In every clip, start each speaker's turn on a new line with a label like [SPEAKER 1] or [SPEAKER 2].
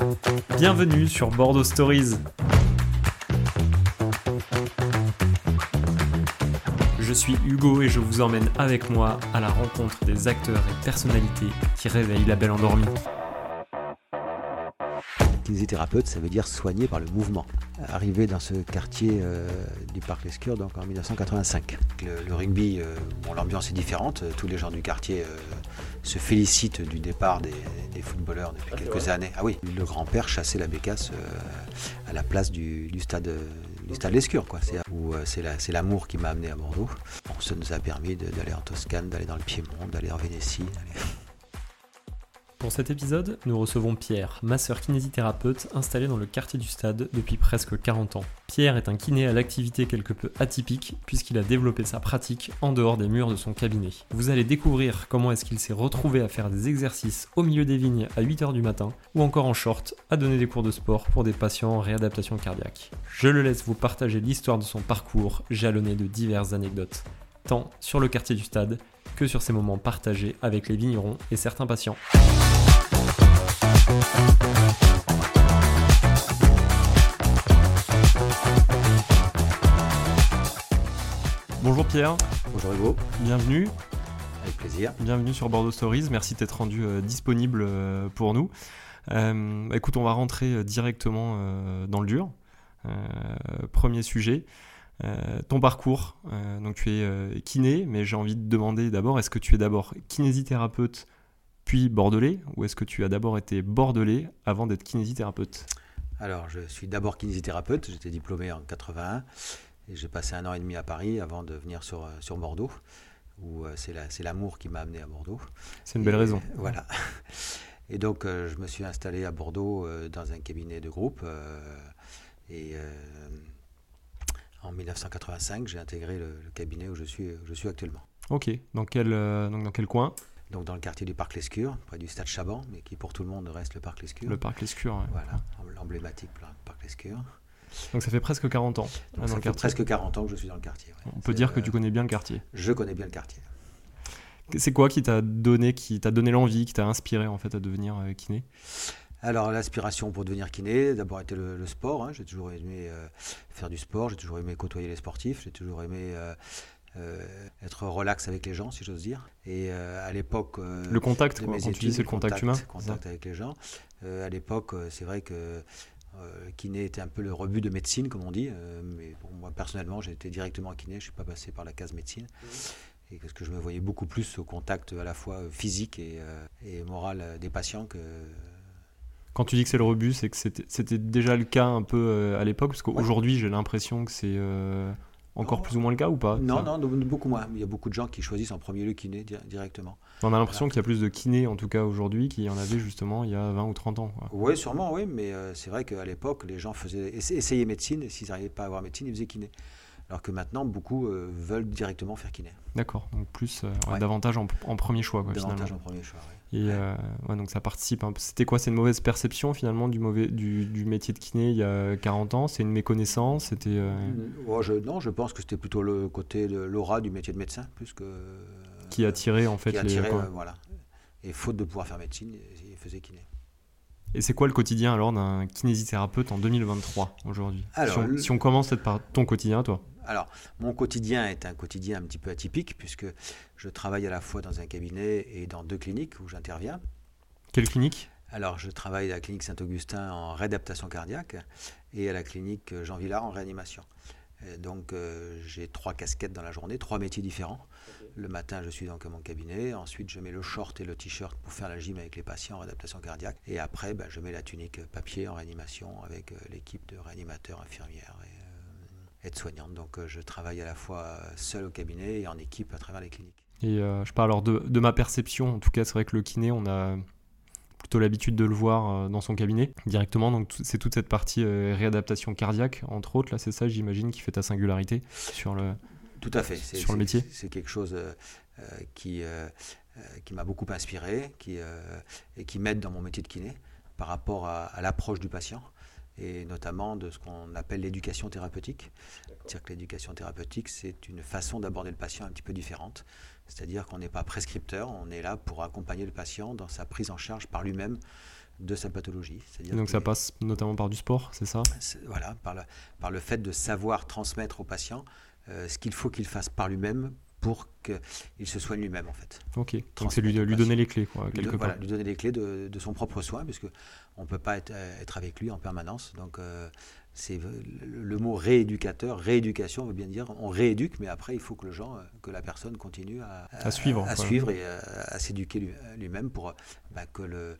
[SPEAKER 1] Bienvenue sur Bordeaux Stories. Je suis Hugo et je vous emmène avec moi à la rencontre des acteurs et personnalités qui réveillent la belle endormie.
[SPEAKER 2] Kinésithérapeute, ça veut dire soigner par le mouvement. Arrivé dans ce quartier du Parc Lescure donc en 1985. Le rugby, l'ambiance est différente. Tous les gens du quartier se félicitent du départ des footballeurs depuis quelques années. Ah oui, le grand-père chassait la bécasse à la place du stade Lescure, quoi. C'est l'amour qui m'a amené à Bordeaux. Bon, ça nous a permis d'aller en Toscane, d'aller dans le Piémont, d'aller en Vénétie.
[SPEAKER 1] Pour cet épisode, nous recevons Pierre, masseur kinésithérapeute installé dans le quartier du Stade depuis presque 40 ans. Pierre est un kiné à l'activité quelque peu atypique puisqu'il a développé sa pratique en dehors des murs de son cabinet. Vous allez découvrir comment est-ce qu'il s'est retrouvé à faire des exercices au milieu des vignes à 8h du matin ou encore en short à donner des cours de sport pour des patients en réadaptation cardiaque. Je le laisse vous partager l'histoire de son parcours jalonné de diverses anecdotes, tant sur le quartier du Stade que sur ses moments partagés avec les vignerons et certains patients. Bonjour Pierre.
[SPEAKER 2] Bonjour Hugo.
[SPEAKER 1] Bienvenue.
[SPEAKER 2] Avec plaisir.
[SPEAKER 1] Bienvenue sur Bordeaux Stories. Merci d'être rendu disponible pour nous. Écoute, on va rentrer directement dans le dur. Premier sujet. Ton parcours, donc tu es kiné, mais j'ai envie de demander d'abord, est-ce que tu es d'abord kinésithérapeute puis bordelais, ou est-ce que tu as d'abord été bordelais avant d'être kinésithérapeute ?
[SPEAKER 2] Alors, je suis d'abord kinésithérapeute, j'étais diplômé en 81, et j'ai passé 1 an et demi à Paris avant de venir sur Bordeaux, où c'est l'amour qui m'a amené à Bordeaux.
[SPEAKER 1] C'est une belle raison.
[SPEAKER 2] Voilà. Et donc, je me suis installé à Bordeaux dans un cabinet de groupe, en 1985, j'ai intégré le cabinet où je suis actuellement.
[SPEAKER 1] Ok, dans quel coin ?
[SPEAKER 2] Donc dans le quartier du Parc Lescure, près du stade Chaban, mais qui pour tout le monde reste le Parc Lescure.
[SPEAKER 1] Le Parc Lescure, ouais.
[SPEAKER 2] Voilà, l'emblématique Parc Lescure.
[SPEAKER 1] Donc ça fait presque 40 ans.
[SPEAKER 2] Donc ça fait presque 40 ans que je suis dans le quartier. Ouais.
[SPEAKER 1] On peut dire que tu connais bien le quartier.
[SPEAKER 2] Je connais bien le quartier.
[SPEAKER 1] C'est quoi qui t'a donné l'envie, qui t'a inspiré en fait à devenir kiné ?
[SPEAKER 2] Alors l'aspiration pour devenir kiné, d'abord était le sport. Hein. J'ai toujours aimé faire du sport, j'ai toujours aimé côtoyer les sportifs, j'ai toujours aimé être relax avec les gens, si j'ose dire. Et à l'époque...
[SPEAKER 1] le contact, quand tu dis c'est le contact humain.
[SPEAKER 2] Contact avec les gens. À l'époque, c'est vrai que kiné était un peu le rebut de médecine, comme on dit. Mais bon, moi, personnellement, j'ai été directement kiné, je ne suis pas passé par la case médecine. Et parce que je me voyais beaucoup plus au contact à la fois physique et moral des patients que...
[SPEAKER 1] Quand tu dis que c'est le rebut, c'est que c'était déjà le cas un peu à l'époque, parce qu'aujourd'hui, j'ai l'impression que c'est encore plus ou moins le cas ou pas ?
[SPEAKER 2] Non, beaucoup moins. Il y a beaucoup de gens qui choisissent en premier lieu kiné directement.
[SPEAKER 1] On a l'impression qu'il y a plus de kinés, en tout cas aujourd'hui, qu'il y en avait justement il y a 20 ou 30 ans.
[SPEAKER 2] Oui, sûrement, oui, mais c'est vrai qu'à l'époque, les gens essayaient médecine, et s'ils n'arrivaient pas à avoir médecine, ils faisaient kiné. Alors que maintenant, beaucoup veulent directement faire kiné.
[SPEAKER 1] D'accord, donc plus davantage en premier choix.
[SPEAKER 2] Davantage en premier choix, oui.
[SPEAKER 1] Et donc ça participe un peu. C'était quoi ? C'est une mauvaise perception finalement du métier de kiné il y a 40 ans ? C'est une méconnaissance ?
[SPEAKER 2] Non, je pense que c'était plutôt le côté de l'aura du métier de médecin, plus que...
[SPEAKER 1] Qui attirait en fait
[SPEAKER 2] voilà. Et faute de pouvoir faire médecine, ils faisaient kiné.
[SPEAKER 1] Et c'est quoi le quotidien alors d'un kinésithérapeute en 2023 aujourd'hui ? Si on commence peut-être par ton quotidien, toi.
[SPEAKER 2] Alors, mon quotidien est un quotidien un petit peu atypique puisque je travaille à la fois dans un cabinet et dans 2 cliniques où j'interviens.
[SPEAKER 1] Quelle clinique ?
[SPEAKER 2] Alors, je travaille à la clinique Saint-Augustin en réadaptation cardiaque et à la clinique Jean Villard en réanimation. Et donc, j'ai 3 casquettes dans la journée, 3 métiers différents. Okay. Le matin, je suis donc à mon cabinet. Ensuite, je mets le short et le t-shirt pour faire la gym avec les patients en réadaptation cardiaque. Et après, je mets la tunique papier en réanimation avec l'équipe de réanimateurs, infirmières et aides-soignantes. Donc, je travaille à la fois seul au cabinet et en équipe à travers les cliniques.
[SPEAKER 1] Et je parle alors de ma perception. En tout cas, c'est vrai que le kiné, on a plutôt l'habitude de le voir dans son cabinet directement. Donc, c'est toute cette partie réadaptation cardiaque, entre autres. Là, c'est ça, j'imagine, qui fait ta singularité sur le...
[SPEAKER 2] Tout à fait.
[SPEAKER 1] Sur le métier.
[SPEAKER 2] C'est quelque chose qui m'a beaucoup inspiré et qui m'aide dans mon métier de kiné par rapport à l'approche du patient et notamment de ce qu'on appelle l'éducation thérapeutique. C'est-à-dire que l'éducation thérapeutique, c'est une façon d'aborder le patient un petit peu différente. C'est-à-dire qu'on n'est pas prescripteur, on est là pour accompagner le patient dans sa prise en charge par lui-même de sa pathologie. C'est-à-dire
[SPEAKER 1] Donc ça passe notamment par du sport, c'est ça ?
[SPEAKER 2] Voilà, par le fait de savoir transmettre au patient ce qu'il faut qu'il fasse par lui-même pour qu'il se soigne lui-même en fait.
[SPEAKER 1] Ok, donc c'est lui donner les clés quoi, quelque part.
[SPEAKER 2] Voilà, lui donner les clés de son propre soin, puisque on ne peut pas être avec lui en permanence. Donc c'est le mot rééducation veut bien dire on rééduque, mais après il faut que la personne continue à suivre et à s'éduquer lui-même pour que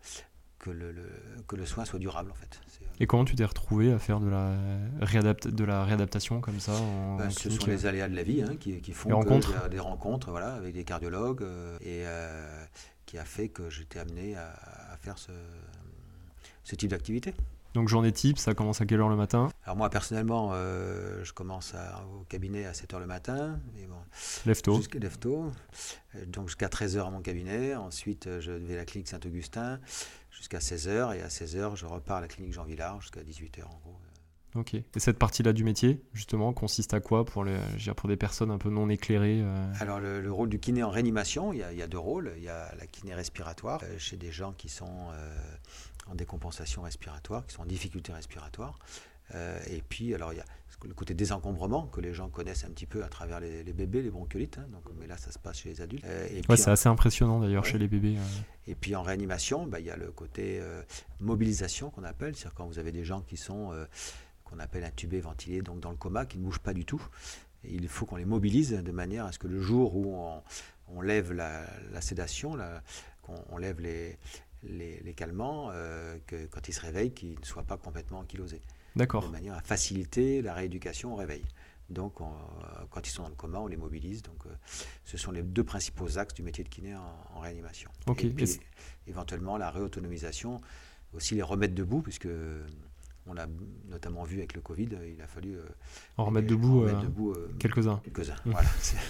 [SPEAKER 2] le soin soit durable en fait.
[SPEAKER 1] Et comment tu t'es retrouvé à faire de la réadaptation comme ça
[SPEAKER 2] ce sont les aléas de la vie qui font des rencontres voilà, avec des cardiologues qui a fait que j'étais amené à faire ce type d'activité.
[SPEAKER 1] Donc journée type, ça commence à quelle heure le matin ?
[SPEAKER 2] Alors moi personnellement, je commence au cabinet à 7h le matin.
[SPEAKER 1] Lève tôt.
[SPEAKER 2] Donc jusqu'à 13h à mon cabinet. Ensuite, je vais à la clinique Saint-Augustin jusqu'à 16h. Et à 16h, je repars à la clinique Jean Villard jusqu'à 18h en gros.
[SPEAKER 1] Ok. Et cette partie-là du métier, justement, consiste à quoi pour des personnes un peu non éclairées
[SPEAKER 2] Alors le rôle du kiné en réanimation, il y a deux rôles. Il y a la kiné respiratoire chez des gens qui sont en décompensation respiratoire, qui sont en difficulté respiratoire. Et puis, alors, il y a le côté désencombrement que les gens connaissent un petit peu à travers les bébés, les bronchiolites. Mais là, ça se passe chez les adultes.
[SPEAKER 1] C'est assez impressionnant d'ailleurs chez les bébés.
[SPEAKER 2] Et puis en réanimation, il y a le côté mobilisation qu'on appelle. C'est-à-dire quand vous avez des gens qui sont, qu'on appelle intubés, ventilés, donc dans le coma, qui ne bougent pas du tout. Et il faut qu'on les mobilise de manière à ce que le jour où on lève la sédation, qu'on lève les calmants, que quand ils se réveillent, qu'ils ne soient pas complètement ankylosés.
[SPEAKER 1] D'accord.
[SPEAKER 2] De manière à faciliter la rééducation au réveil. Donc, quand ils sont dans le coma, on les mobilise. Donc, ce sont les deux principaux axes du métier de kiné en réanimation.
[SPEAKER 1] Okay.
[SPEAKER 2] Et puis, éventuellement, la réautonomisation, aussi les remettre debout, puisque on a notamment vu avec le Covid, il a fallu
[SPEAKER 1] en remettre debout quelques-uns.
[SPEAKER 2] Voilà.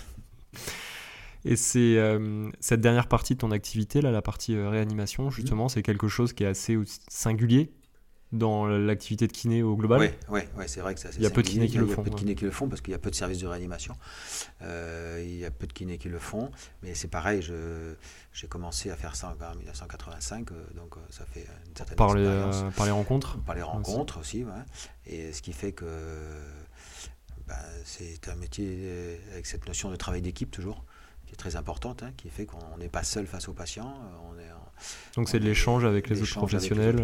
[SPEAKER 1] Et c'est cette dernière partie de ton activité, là, la partie réanimation, justement, c'est quelque chose qui est assez singulier dans l'activité de kiné au global.
[SPEAKER 2] Oui, c'est vrai que c'est assez singulier.
[SPEAKER 1] Il y a peu de kinés qui le font.
[SPEAKER 2] Il y a peu de kinés qui le font parce qu'il y a peu de services de réanimation. Il y a peu de kinés qui le font. Mais c'est pareil, j'ai commencé à faire ça en 1985, donc ça fait une certaine expérience.
[SPEAKER 1] Par les rencontres ?
[SPEAKER 2] Par les rencontres aussi, ouais. Et ce qui fait que c'est un métier avec cette notion de travail d'équipe toujours, qui est très importante, qui fait qu'on n'est pas seul face aux patients.
[SPEAKER 1] Donc c'est de l'échange avec les autres professionnels.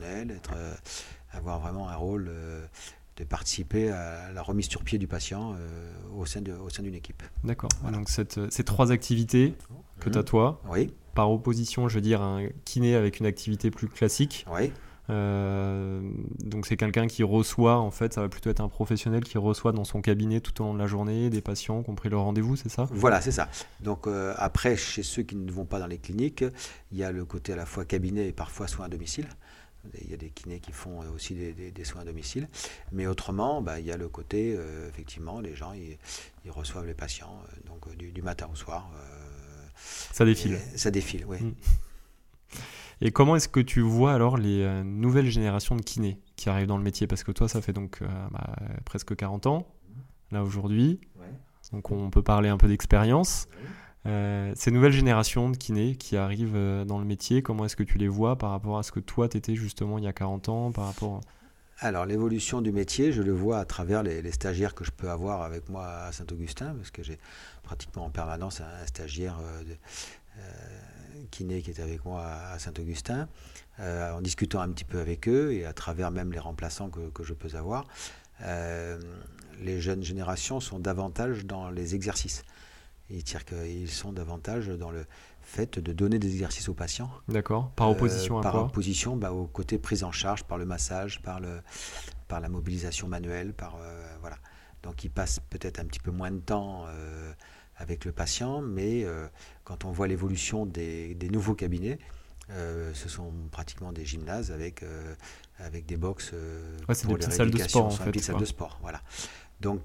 [SPEAKER 2] Avoir vraiment un rôle de participer à la remise sur pied du patient au sein d'une équipe.
[SPEAKER 1] D'accord. Voilà. Donc ces trois activités que tu as toi,
[SPEAKER 2] oui.
[SPEAKER 1] Par opposition, je veux dire, un kiné avec une activité plus classique.
[SPEAKER 2] Oui.
[SPEAKER 1] Donc c'est quelqu'un qui reçoit, en fait, ça va plutôt être un professionnel qui reçoit dans son cabinet tout au long de la journée des patients qui ont pris leur rendez-vous, c'est ça ?
[SPEAKER 2] Voilà, c'est ça. Donc après, chez ceux qui ne vont pas dans les cliniques, il y a le côté à la fois cabinet et parfois soins à domicile. Il y a des kinés qui font aussi des soins à domicile. Mais autrement, il y a le côté, effectivement, les gens, ils reçoivent les patients donc du matin au soir.
[SPEAKER 1] Ça défile.
[SPEAKER 2] Ça défile, oui.
[SPEAKER 1] Et comment est-ce que tu vois alors les nouvelles générations de kinés qui arrivent dans le métier ? Parce que toi, ça fait donc presque 40 ans, là aujourd'hui. Ouais. Donc on peut parler un peu d'expérience. Ouais. Ces nouvelles générations de kinés qui arrivent dans le métier, comment est-ce que tu les vois par rapport à ce que toi, tu étais justement il y a 40 ans par rapport...
[SPEAKER 2] Alors l'évolution du métier, je le vois à travers les stagiaires que je peux avoir avec moi à Saint-Augustin, parce que j'ai pratiquement en permanence un stagiaire kiné qui est avec moi à Saint-Augustin, en discutant un petit peu avec eux et à travers même les remplaçants que je peux avoir. Les jeunes générations sont davantage dans les exercices. C'est-à-dire qu'ils sont davantage dans le fait de donner des exercices aux patients.
[SPEAKER 1] D'accord. Par opposition à quoi ?
[SPEAKER 2] Par opposition au côté prise en charge par le massage, par la mobilisation manuelle, voilà. Donc ils passent peut-être un petit peu moins de temps avec le patient, mais quand on voit l'évolution des nouveaux cabinets, ce sont pratiquement des gymnases avec des box
[SPEAKER 1] pour les rééducations,
[SPEAKER 2] c'est des petites salles de sport, voilà. Donc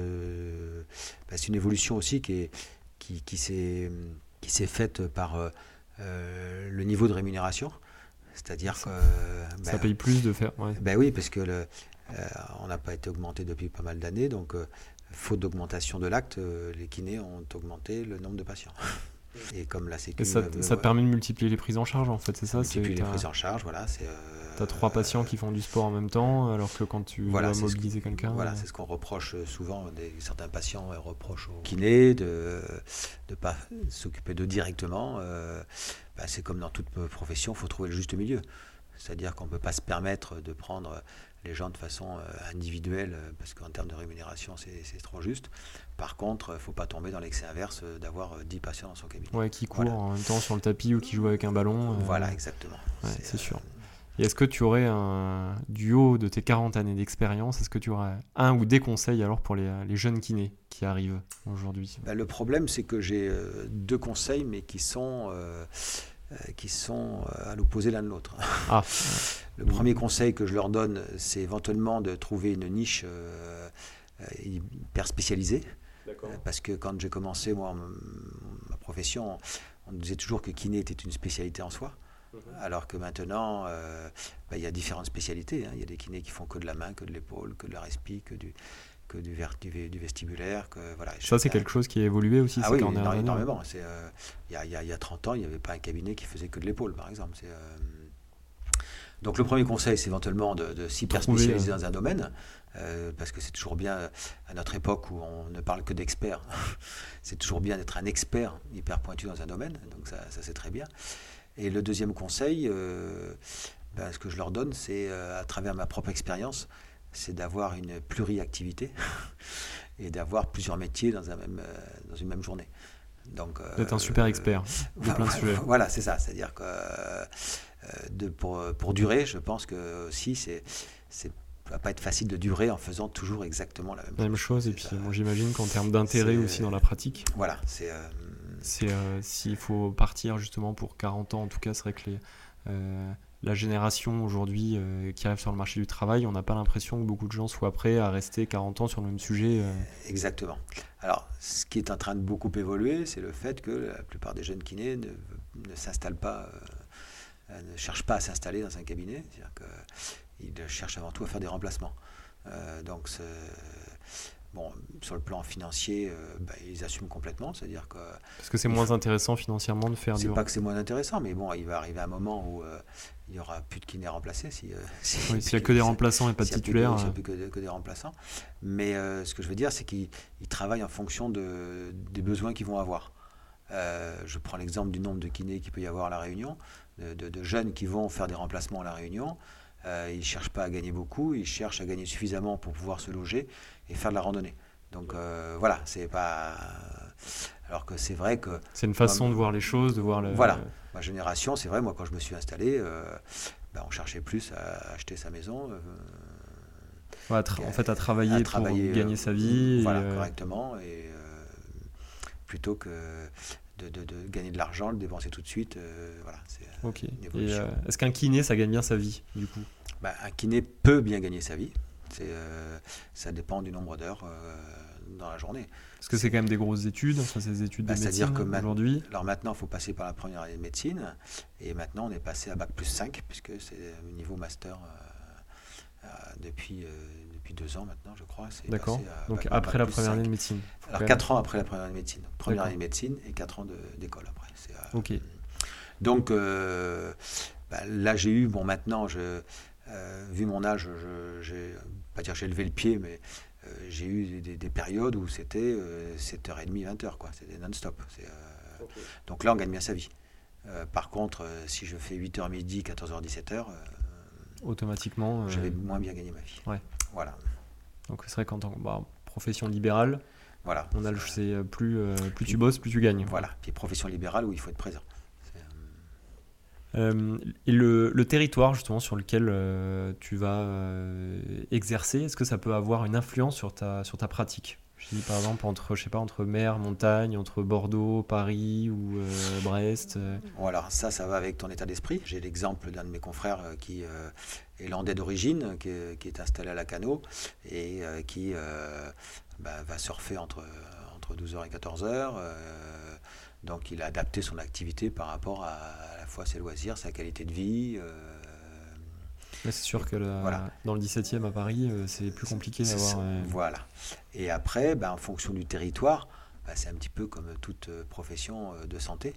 [SPEAKER 2] c'est une évolution aussi qui s'est faite par le niveau de rémunération, c'est-à-dire que
[SPEAKER 1] ça paye plus de faire. Ouais.
[SPEAKER 2] Oui, parce que on n'a pas été augmenté depuis pas mal d'années, donc faute d'augmentation de l'acte, les kinés ont augmenté le nombre de patients. Et comme la Sécu...
[SPEAKER 1] Et ça te permet de multiplier les prises en charge, en fait, c'est ça?
[SPEAKER 2] Multiplier les prises en charge, voilà.
[SPEAKER 1] T'as 3 patients qui font du sport en même temps, alors que quand tu dois mobiliser quelqu'un...
[SPEAKER 2] Voilà, c'est ce qu'on reproche souvent. Certains patients reprochent aux kinés de ne pas s'occuper d'eux directement. C'est comme dans toute profession, il faut trouver le juste milieu. C'est-à-dire qu'on ne peut pas se permettre de prendre les gens de façon individuelle, parce qu'en termes de rémunération, c'est trop juste. Par contre, il ne faut pas tomber dans l'excès inverse d'avoir 10 patients dans son cabinet.
[SPEAKER 1] Ouais, qui courent en même temps sur le tapis ou qui jouent avec un ballon.
[SPEAKER 2] Voilà, exactement.
[SPEAKER 1] Ouais, c'est sûr. Et est-ce que tu aurais du haut de tes 40 années d'expérience, est-ce que tu aurais un ou des conseils alors pour les jeunes kinés qui arrivent aujourd'hui?
[SPEAKER 2] Le problème, c'est que j'ai 2 conseils, mais qui sont à l'opposé l'un de l'autre.
[SPEAKER 1] Ah.
[SPEAKER 2] Le premier conseil que je leur donne, c'est éventuellement de trouver une niche hyper spécialisée. Parce que quand j'ai commencé, moi, ma profession, on me disait toujours que kiné était une spécialité en soi. Alors que maintenant, il y a différentes spécialités. Il y a des kinés qui font que de la main, que de l'épaule, que de la respi, que du vestibulaire. Voilà.
[SPEAKER 1] Ça, c'est quelque chose qui a évolué aussi.
[SPEAKER 2] Ah oui, énormément. Il y a 30 ans, il n'y avait pas un cabinet qui faisait que de l'épaule, par exemple. Donc le premier conseil, c'est éventuellement de s'hyper spécialiser dans un domaine, parce que c'est toujours bien, à notre époque où on ne parle que d'experts, c'est toujours bien d'être un expert hyper pointu dans un domaine, donc ça c'est très bien. Et le deuxième conseil, ce que je leur donne, c'est à travers ma propre expérience, c'est d'avoir une pluriactivité et d'avoir plusieurs métiers dans une même journée. Donc,
[SPEAKER 1] d'être un super expert de plein de sujets.
[SPEAKER 2] Voilà, c'est ça. C'est-à-dire que pour durer, je pense que aussi, ça va pas être facile de durer en faisant toujours exactement la même chose.
[SPEAKER 1] Et puis, moi, j'imagine qu'en termes d'intérêt aussi dans la pratique.
[SPEAKER 2] Voilà,
[SPEAKER 1] s'il faut partir justement pour 40 ans, en tout cas, c'est vrai que la génération aujourd'hui qui arrive sur le marché du travail, on n'a pas l'impression que beaucoup de gens soient prêts à rester 40 ans sur le même sujet.
[SPEAKER 2] Exactement. Alors, ce qui est en train de beaucoup évoluer, c'est le fait que la plupart des jeunes kinés ne s'installent pas, ne cherchent pas à s'installer dans un cabinet. C'est-à-dire qu'ils cherchent avant tout à faire des remplacements. Sur le plan financier, ils assument complètement, c'est-à-dire que...
[SPEAKER 1] Parce que c'est moins intéressant financièrement de faire
[SPEAKER 2] C'est pas que c'est moins intéressant, mais bon, il va arriver un moment où il n'y aura plus de kiné remplacés. S'il
[SPEAKER 1] n'y a que des remplaçants et pas de titulaires.
[SPEAKER 2] S'il n'y a plus que des remplaçants. Mais ce que je veux dire, c'est qu'ils travaillent en fonction des besoins qu'ils vont avoir. Je prends l'exemple du nombre de kinés qu'il peut y avoir à La Réunion, de jeunes qui vont faire des remplacements à La Réunion. Ils ne cherchent pas à gagner beaucoup, ils cherchent à gagner suffisamment pour pouvoir se loger et faire de la randonnée. Donc voilà, c'est pas... Alors que c'est vrai que...
[SPEAKER 1] C'est une façon de voir les choses, de voir le...
[SPEAKER 2] Voilà, ma génération, c'est vrai, moi quand je me suis installé, on cherchait plus à acheter sa maison.
[SPEAKER 1] En fait, à travailler pour gagner sa vie.
[SPEAKER 2] Correctement, et plutôt que de gagner de l'argent, le dépenser tout de suite. C'est une évolution.
[SPEAKER 1] Et est-ce qu'un kiné, ça gagne bien sa vie, du coup?
[SPEAKER 2] Un kiné peut bien gagner sa vie. Ça dépend du nombre d'heures dans la journée.
[SPEAKER 1] Parce que c'est quand même des grosses études, ces études de médecine aujourd'hui.
[SPEAKER 2] Alors maintenant, il faut passer par la première année de médecine. Et maintenant, on est passé à Bac+5, puisque c'est le niveau master depuis 2 ans maintenant, je crois.
[SPEAKER 1] D'accord. Donc après la première année de médecine.
[SPEAKER 2] Alors 4 ans après la première année de médecine. Première année de médecine et 4 ans d'école après.
[SPEAKER 1] Ok.
[SPEAKER 2] Donc là, j'ai eu, maintenant, vu mon âge, pas dire j'ai levé le pied, mais j'ai eu des périodes où c'était 7h30, 20h, quoi. C'était non-stop. Okay. Donc là, on gagne bien sa vie. Par contre, si je fais 8h midi, 14h, 17h,
[SPEAKER 1] automatiquement,
[SPEAKER 2] je vais moins bien gagner ma vie.
[SPEAKER 1] Ouais.
[SPEAKER 2] Voilà.
[SPEAKER 1] Donc c'est vrai qu'en tant que profession libérale,
[SPEAKER 2] voilà,
[SPEAKER 1] on a plus tu bosses, plus tu gagnes.
[SPEAKER 2] Voilà. Puis profession libérale où il faut être présent.
[SPEAKER 1] Et le territoire justement sur lequel tu vas exercer, est-ce que ça peut avoir une influence sur ta pratique? Je dis par exemple entre mer, montagne, entre Bordeaux, Paris ou Brest.
[SPEAKER 2] Voilà, ça va avec ton état d'esprit. J'ai l'exemple d'un de mes confrères qui est landais d'origine, qui est installé à Lacanau et qui va surfer entre 12h et 14h. Donc il a adapté son activité par rapport à la fois ses loisirs, sa qualité de vie.
[SPEAKER 1] Mais c'est sûr que dans le 17e à Paris, c'est plus compliqué d'avoir...
[SPEAKER 2] Voilà. Et après, en fonction du territoire, c'est un petit peu comme toute profession de santé.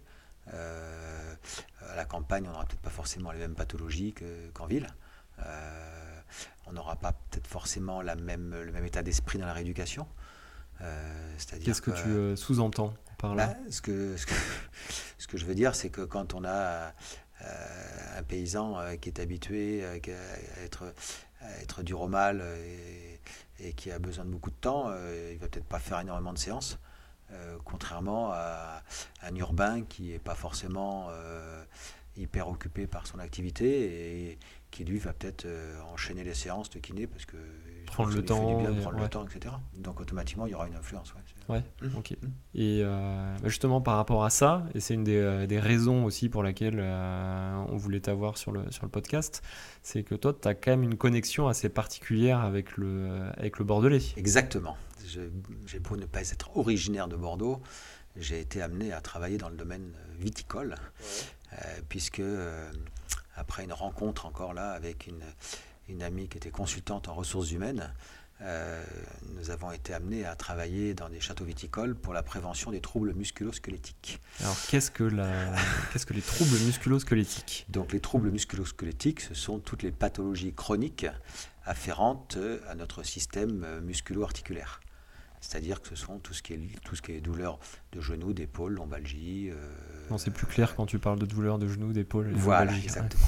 [SPEAKER 2] À la campagne, on n'aura peut-être pas forcément les mêmes pathologies qu'en ville. On n'aura pas peut-être forcément le même état d'esprit dans la rééducation. C'est-à-dire
[SPEAKER 1] Qu'est-ce que tu sous-entends par là?
[SPEAKER 2] Ce que je veux dire, c'est que quand on a un paysan qui est habitué à être dur au mal et qui a besoin de beaucoup de temps, il ne va peut-être pas faire énormément de séances. Contrairement à un urbain qui n'est pas forcément hyper occupé par son activité et qui lui va peut-être enchaîner les séances de kiné parce que
[SPEAKER 1] prendre le temps,
[SPEAKER 2] le temps, etc. Donc automatiquement il y aura une influence.
[SPEAKER 1] Ok. Et justement par rapport à ça, et c'est une des raisons aussi pour laquelle on voulait t'avoir sur le podcast, c'est que toi tu as quand même une connexion assez particulière avec le Bordelais.
[SPEAKER 2] Exactement. J'ai beau ne pas être originaire de Bordeaux, j'ai été amené à travailler dans le domaine viticole, puisque après une rencontre encore là avec une amie qui était consultante en ressources humaines, nous avons été amenés à travailler dans des châteaux viticoles pour la prévention des troubles musculo-squelettiques.
[SPEAKER 1] Alors qu'est-ce que les troubles musculo-squelettiques?
[SPEAKER 2] Donc les troubles musculo-squelettiques, ce sont toutes les pathologies chroniques afférentes à notre système musculo-articulaire. C'est-à-dire que ce sont tout ce qui est douleur de genoux, d'épaule, lombalgie.
[SPEAKER 1] Non, c'est plus clair quand tu parles de douleur de genoux, d'épaule.
[SPEAKER 2] Voilà, exactement.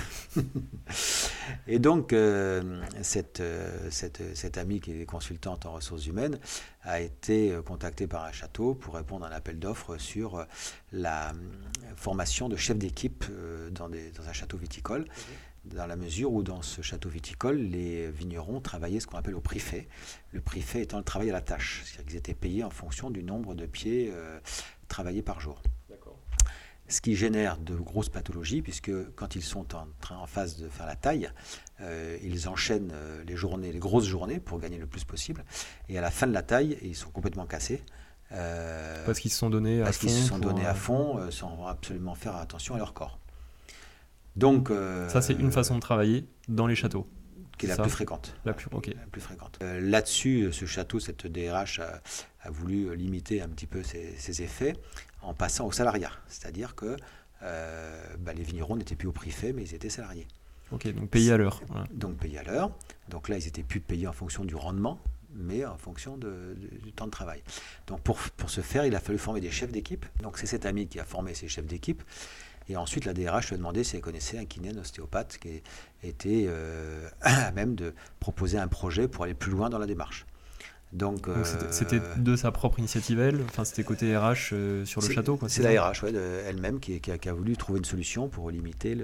[SPEAKER 2] Et donc, cette amie qui est consultante en ressources humaines a été contactée par un château pour répondre à un appel d'offres sur la formation de chef d'équipe dans un château viticole. Dans la mesure où dans ce château viticole, les vignerons travaillaient ce qu'on appelle au prix fait. Le prix fait étant le travail à la tâche. C'est-à-dire qu'ils étaient payés en fonction du nombre de pieds travaillés par jour.
[SPEAKER 1] D'accord.
[SPEAKER 2] Ce qui génère de grosses pathologies, puisque quand ils sont en phase de faire la taille, ils enchaînent les grosses journées pour gagner le plus possible. Et à la fin de la taille, ils sont complètement cassés.
[SPEAKER 1] Parce qu'ils se sont donnés à fond.
[SPEAKER 2] Parce qu'ils se sont donnés à fond sans absolument faire attention à leur corps. Donc,
[SPEAKER 1] ça, c'est une façon de travailler dans les châteaux.
[SPEAKER 2] Qui est la plus fréquente.
[SPEAKER 1] La plus
[SPEAKER 2] fréquente. Là-dessus, ce château, cette DRH a voulu limiter un petit peu ses effets en passant au salariat. C'est-à-dire que les vignerons n'étaient plus au prix fait, mais ils étaient salariés.
[SPEAKER 1] Ok, donc payés à l'heure. Voilà.
[SPEAKER 2] Donc payés à l'heure. Donc là, ils n'étaient plus payés en fonction du rendement, mais en fonction du temps de travail. Donc pour ce faire, il a fallu former des chefs d'équipe. Donc c'est cet ami qui a formé ces chefs d'équipe. Et ensuite, la DRH lui a demandé si elle connaissait un kiné, un ostéopathe qui était à même de proposer un projet pour aller plus loin dans la démarche. Donc
[SPEAKER 1] c'était de sa propre initiative, elle. Enfin, c'était côté RH sur le château, quoi.
[SPEAKER 2] C'est la RH, elle-même qui a voulu trouver une solution pour limiter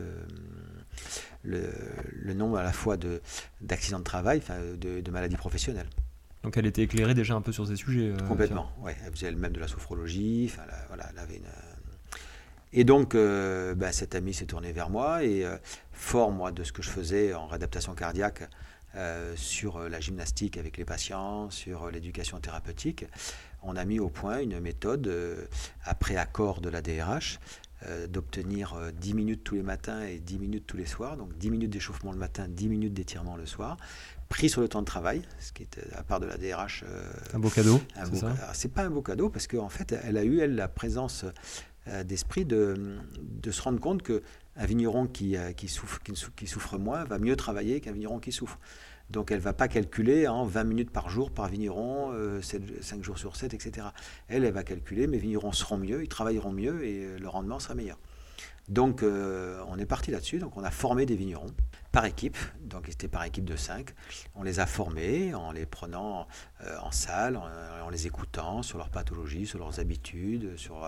[SPEAKER 2] le nombre à la fois d'accidents de travail, de maladies professionnelles.
[SPEAKER 1] Donc elle était éclairée déjà un peu sur ces sujets.
[SPEAKER 2] Complètement, oui. Elle faisait elle-même de la sophrologie. Elle avait une. Et donc, cet ami s'est tourné vers moi et fort, moi, de ce que je faisais en réadaptation cardiaque sur la gymnastique avec les patients, sur l'éducation thérapeutique, on a mis au point une méthode, après accord de la DRH, d'obtenir 10 minutes tous les matins et 10 minutes tous les soirs, donc 10 minutes d'échauffement le matin, 10 minutes d'étirement le soir, pris sur le temps de travail, ce qui est à part de la DRH...
[SPEAKER 1] un beau cadeau,
[SPEAKER 2] c'est pas un beau cadeau, parce qu'en fait, elle a eu, la présence... d'esprit de se rendre compte qu'un vigneron qui souffre moins va mieux travailler qu'un vigneron qui souffre. Donc elle ne va pas calculer en 20 minutes par jour par vigneron, 5 jours sur 7, etc. Elle va calculer, mes vignerons seront mieux, ils travailleront mieux et le rendement sera meilleur. Donc on est parti là-dessus, donc on a formé des vignerons par équipe, donc c'était par équipe de 5. On les a formés en les prenant en salle, en les écoutant sur leurs pathologies, sur leurs habitudes, sur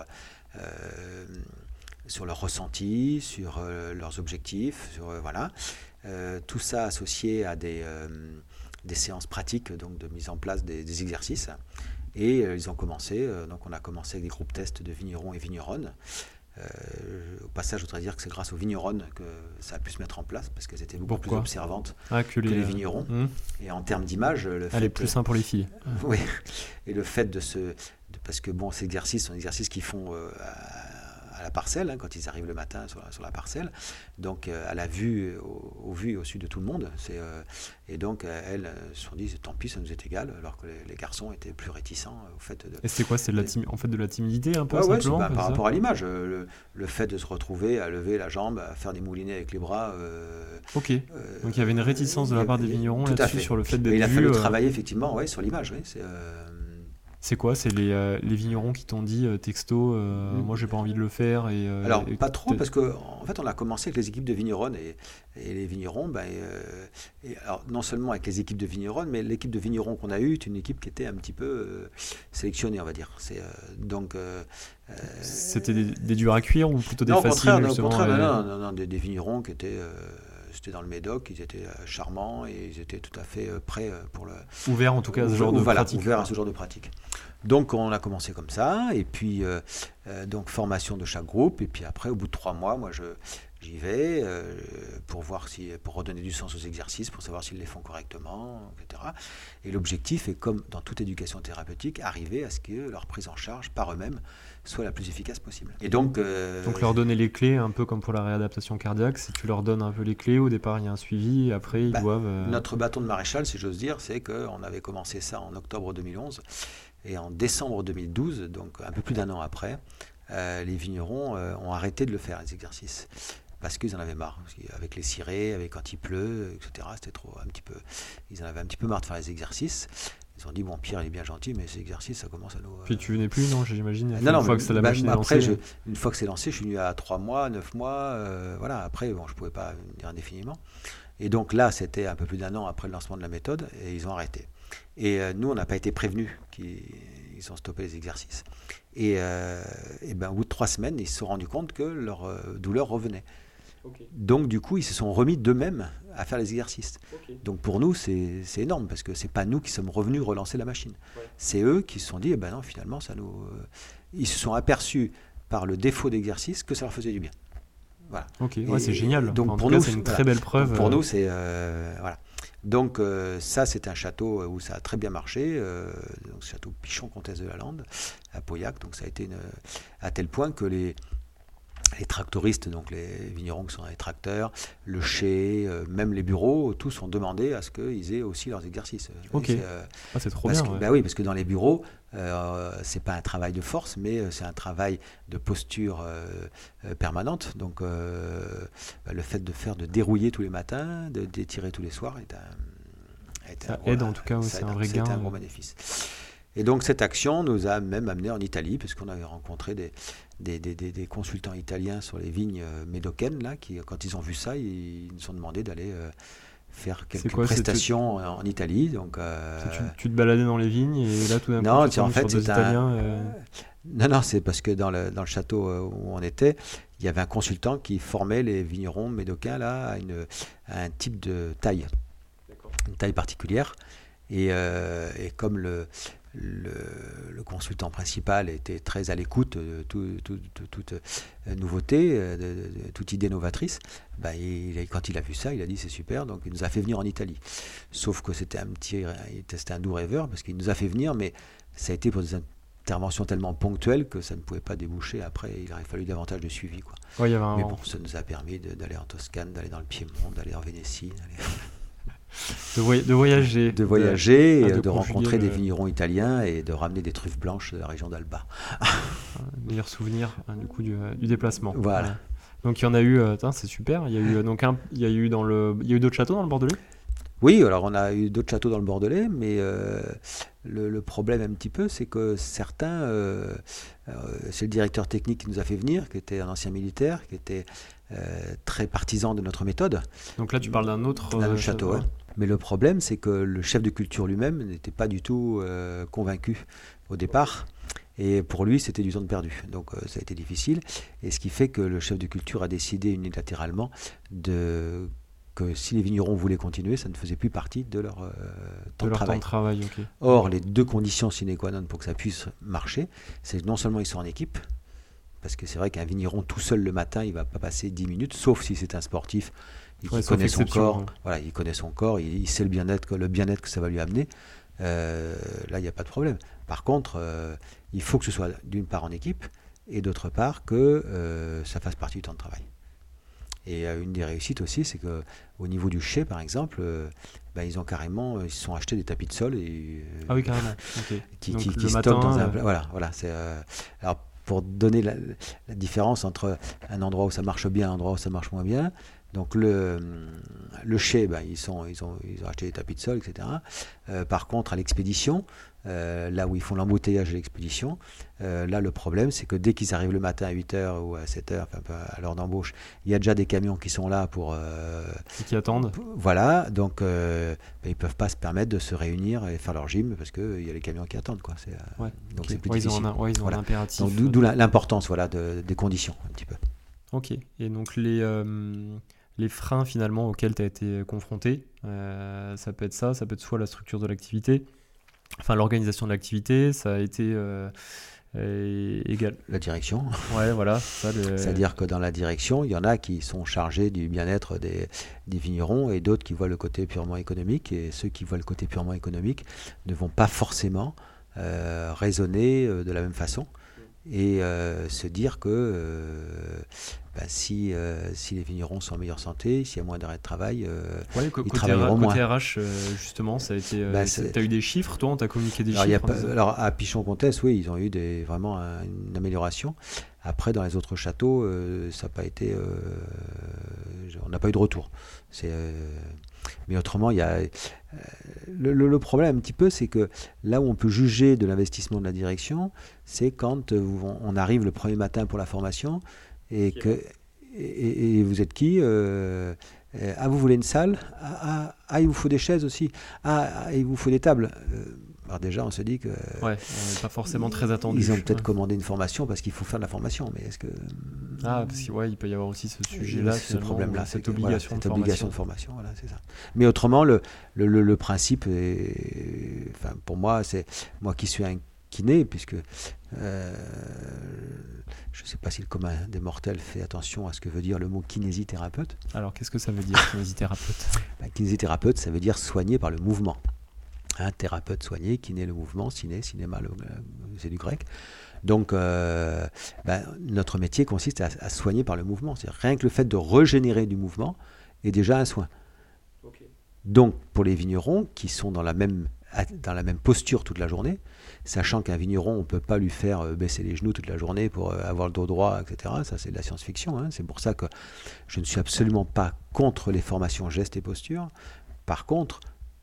[SPEAKER 2] leurs ressentis, sur leurs objectifs, tout ça associé à des séances pratiques, donc de mise en place des exercices. Et ils ont commencé, donc on a commencé avec des groupes tests de vignerons et vigneronnes. Au passage, je voudrais dire que c'est grâce aux vigneronnes que ça a pu se mettre en place, parce qu'elles étaient beaucoup plus observantes que les vignerons. Et en termes d'image,
[SPEAKER 1] elle est plus simple pour les filles.
[SPEAKER 2] Oui, et le fait parce que ces exercices sont des exercices qui font à la parcelle, hein, quand ils arrivent le matin sur la parcelle, donc à la vue, au vu et au su de tout le monde. Et donc elles se sont dit, tant pis, ça nous est égal, alors que les garçons étaient plus réticents au fait de...
[SPEAKER 1] Et c'était quoi? C'est en fait de la timidité un peu,
[SPEAKER 2] Ouais,
[SPEAKER 1] simplement
[SPEAKER 2] par rapport à l'image, le fait de se retrouver à lever la jambe, à faire des moulinets avec les bras.
[SPEAKER 1] Ok. Donc il y avait une réticence de la part des vignerons là-dessus sur le fait d'être
[SPEAKER 2] vus. Il a fallu
[SPEAKER 1] vu,
[SPEAKER 2] travailler effectivement sur l'image. Oui,
[SPEAKER 1] C'est quoi? C'est les vignerons qui t'ont dit texto, moi j'ai pas envie de le faire
[SPEAKER 2] Alors pas trop, parce que en fait on a commencé avec les équipes de vigneronnes et les vignerons, alors non seulement avec les équipes de vigneronnes, mais l'équipe de vignerons qu'on a eue est une équipe qui était un petit peu sélectionnée, on va dire.
[SPEAKER 1] C'était des durs à cuire ou plutôt des
[SPEAKER 2] non,
[SPEAKER 1] faciles?
[SPEAKER 2] Au contraire, non, des vignerons qui étaient... C'était dans le Médoc, ils étaient charmants et ils étaient tout à fait prêts pour le...
[SPEAKER 1] Ouverts en tout cas à ce genre de pratique.
[SPEAKER 2] Ouverts à ce genre de pratique. Donc on a commencé comme ça, et puis donc formation de chaque groupe, et puis après au bout de 3 mois, moi j'y vais pour redonner du sens aux exercices, pour savoir s'ils les font correctement, etc. Et l'objectif est, comme dans toute éducation thérapeutique, arriver à ce que leur prise en charge par eux-mêmes soit la plus efficace possible. Et donc
[SPEAKER 1] leur donner les clés, un peu comme pour la réadaptation cardiaque, si tu leur donnes un peu les clés, au départ il y a un suivi, et après ils doivent...
[SPEAKER 2] Notre bâton de maréchal, si j'ose dire, c'est qu'on avait commencé ça en octobre 2011, et en décembre 2012, donc un peu plus d'1 an après, les vignerons ont arrêté de le faire, les exercices, parce qu'ils en avaient marre, avec les cirés, avec quand il pleut, etc. C'était trop, ils en avaient un petit peu marre de faire les exercices. Ils ont dit, bon, Pierre il est bien gentil, mais ces exercices, ça commence à nous...
[SPEAKER 1] Puis tu venais plus, non, j'imagine?
[SPEAKER 2] Non,
[SPEAKER 1] une fois que la machine est lancée.
[SPEAKER 2] Après, une fois que c'est lancé, je suis venu à 3 mois, 9 mois, voilà. Après, bon, je ne pouvais pas venir indéfiniment. Et donc là, c'était un peu plus d'1 an après le lancement de la méthode, et ils ont arrêté. Et nous, on n'a pas été prévenus qu'ils ont stoppé les exercices. Et au bout de 3 semaines, ils se sont rendus compte que leur douleur revenait. Okay. Donc du coup, ils se sont remis d'eux-mêmes à faire les exercices. Okay. Donc pour nous, c'est énorme, parce que c'est pas nous qui sommes revenus relancer la machine. Ouais. C'est eux qui se sont dit, non, finalement, ça nous... ils se sont aperçus par le défaut d'exercice que ça leur faisait du bien. Voilà.
[SPEAKER 1] Ok, ouais, c'est génial.
[SPEAKER 2] Donc
[SPEAKER 1] en
[SPEAKER 2] pour
[SPEAKER 1] tout
[SPEAKER 2] nous,
[SPEAKER 1] cas, c'est une très belle preuve.
[SPEAKER 2] Donc pour nous, c'est... voilà. Donc ça, c'est un château où ça a très bien marché, donc ce château Pichon, comtesse de la Lande, à Pauillac. Donc ça a été à tel point que les tractoristes, donc les vignerons qui sont dans les tracteurs, le chai, même les bureaux, tous ont demandé à ce qu'ils aient aussi leurs exercices.
[SPEAKER 1] Ok, c'est trop bien.
[SPEAKER 2] Ouais. Oui, parce que dans les bureaux, c'est pas un travail de force, mais c'est un travail de posture permanente. Donc le fait de dérouiller tous les matins, d'étirer tous les soirs
[SPEAKER 1] ça aide en tout cas, c'est un vrai gain.
[SPEAKER 2] C'est un gros bénéfice. Et donc cette action nous a même amené en Italie, puisqu'on avait rencontré des consultants italiens sur les vignes médocaines, là, qui, quand ils ont vu ça, ils nous ont demandé d'aller faire quelques prestations en Italie. Donc,
[SPEAKER 1] tu te baladais dans les vignes et là tout d'un coup tu tombes sur des Italiens
[SPEAKER 2] Non, c'est parce que dans le château où on était, il y avait un consultant qui formait les vignerons médocains là, à un type de taille, une taille particulière. Et comme le consultant principal était très à l'écoute de toute nouveauté, de toute idée novatrice, quand il a vu ça, il a dit c'est super, donc il nous a fait venir en Italie. Sauf que c'était un doux rêveur, parce qu'il nous a fait venir, mais ça a été pour des interventions tellement ponctuelles que ça ne pouvait pas déboucher. Après, il aurait fallu davantage de suivi, quoi.
[SPEAKER 1] Ouais,
[SPEAKER 2] mais bon, ça nous a permis d'aller en Toscane, d'aller dans le Piémont, d'aller en Vénétie,
[SPEAKER 1] de voyager,
[SPEAKER 2] et de rencontrer des vignerons italiens et de ramener des truffes blanches de la région d'Alba.
[SPEAKER 1] Meilleur souvenir du coup du déplacement.
[SPEAKER 2] Voilà.
[SPEAKER 1] Donc il y en a eu, c'est super. Il y a eu il y a eu d'autres châteaux dans le Bordelais.
[SPEAKER 2] Oui, alors on a eu d'autres châteaux dans le Bordelais, mais le problème un petit peu, c'est que certains, c'est le directeur technique qui nous a fait venir, qui était un ancien militaire, qui était très partisan de notre méthode.
[SPEAKER 1] Donc là, tu parles d'un autre
[SPEAKER 2] château. Ouais. Mais le problème, c'est que le chef de culture lui-même n'était pas du tout convaincu au départ. Et pour lui, c'était du temps de perdu. Donc ça a été difficile. Et ce qui fait que le chef de culture a décidé unilatéralement que si les vignerons voulaient continuer, ça ne faisait plus partie de leur temps de travail.
[SPEAKER 1] Okay.
[SPEAKER 2] Or, les deux conditions sine qua non pour que ça puisse marcher, c'est que non seulement ils sont en équipe, parce que c'est vrai qu'un vigneron tout seul le matin, il ne va pas passer 10 minutes, sauf si c'est un sportif, il connaît son corps, voilà, il connaît son corps, il sait le bien-être que ça va lui amener. Là, il n'y a pas de problème. Par contre, il faut que ce soit d'une part en équipe, et d'autre part que ça fasse partie du temps de travail. Et une des réussites aussi, c'est qu'au niveau du chai, par exemple, ils se sont achetés des tapis de sol
[SPEAKER 1] ah oui, carrément. Okay.
[SPEAKER 2] qui stockent dans un... Voilà, c'est, alors, pour donner la différence entre un endroit où ça marche bien et un endroit où ça marche moins bien, donc le chai, ils ont acheté des tapis de sol, etc. Par contre, à l'expédition, là où ils font l'embouteillage de l'expédition, là le problème c'est que dès qu'ils arrivent le matin à 8h ou à 7h, à l'heure d'embauche, il y a déjà des camions qui sont là pour...
[SPEAKER 1] et qui attendent.
[SPEAKER 2] Voilà, donc ils ne peuvent pas se permettre de se réunir et faire leur gym parce qu'il y a les camions qui attendent. Quoi. Donc c'est plus difficile.
[SPEAKER 1] Ils ont un impératif.
[SPEAKER 2] Donc, d'où l'importance des conditions un petit peu.
[SPEAKER 1] Ok, et donc les freins finalement auxquels tu as été confronté, ça peut être ça peut être soit la structure de l'activité, enfin l'organisation de l'activité, ça a été égal.
[SPEAKER 2] La direction.
[SPEAKER 1] Ouais, voilà.
[SPEAKER 2] C'est-à-dire que dans la direction, il y en a qui sont chargés du bien-être des vignerons et d'autres qui voient le côté purement économique. Et ceux qui voient le côté purement économique ne vont pas forcément raisonner de la même façon et se dire que si les vignerons sont en meilleure santé, s'il y a moins d'arrêt de travail, ils travailleront moins.
[SPEAKER 1] Côté RH, justement, ça a été. Tu as eu des chiffres, toi, on t'a communiqué des chiffres
[SPEAKER 2] alors à Pichon-Comtesse, oui, ils ont eu vraiment une amélioration. Après, dans les autres châteaux, ça n'a pas été. On n'a pas eu de retour. Mais autrement, il y a le problème un petit peu, c'est que là où on peut juger de l'investissement de la direction, c'est quand on arrive le premier matin pour la formation et vous êtes qui vous voulez une salle, il vous faut des chaises aussi, il vous faut des tables. Alors déjà, on se dit que
[SPEAKER 1] on n'est pas forcément très attendu.
[SPEAKER 2] Ils ont peut-être commandé une formation parce qu'il faut faire de la formation, mais est-ce que
[SPEAKER 1] parce qu'il peut y avoir aussi ce sujet-là,
[SPEAKER 2] ce problème-là,
[SPEAKER 1] cette obligation
[SPEAKER 2] de formation, voilà, c'est ça. Mais autrement, le principe, pour moi, c'est moi qui suis un kiné, puisque je ne sais pas si le commun des mortels fait attention à ce que veut dire le mot kinésithérapeute.
[SPEAKER 1] Alors, qu'est-ce que ça veut dire, kinésithérapeute ?
[SPEAKER 2] Kinésithérapeute, ça veut dire soigner par le mouvement. Thérapeute soigné, kiné le mouvement, cinéma, c'est du grec. Donc, notre métier consiste à soigner par le mouvement. C'est-à-dire, rien que le fait de régénérer du mouvement est déjà un soin. Okay. Donc, pour les vignerons qui sont dans la même posture toute la journée, sachant qu'un vigneron, on ne peut pas lui faire baisser les genoux toute la journée pour avoir le dos droit, etc. Ça, c'est de la science-fiction. C'est pour ça que je ne suis absolument pas contre les formations gestes et postures. Par contre,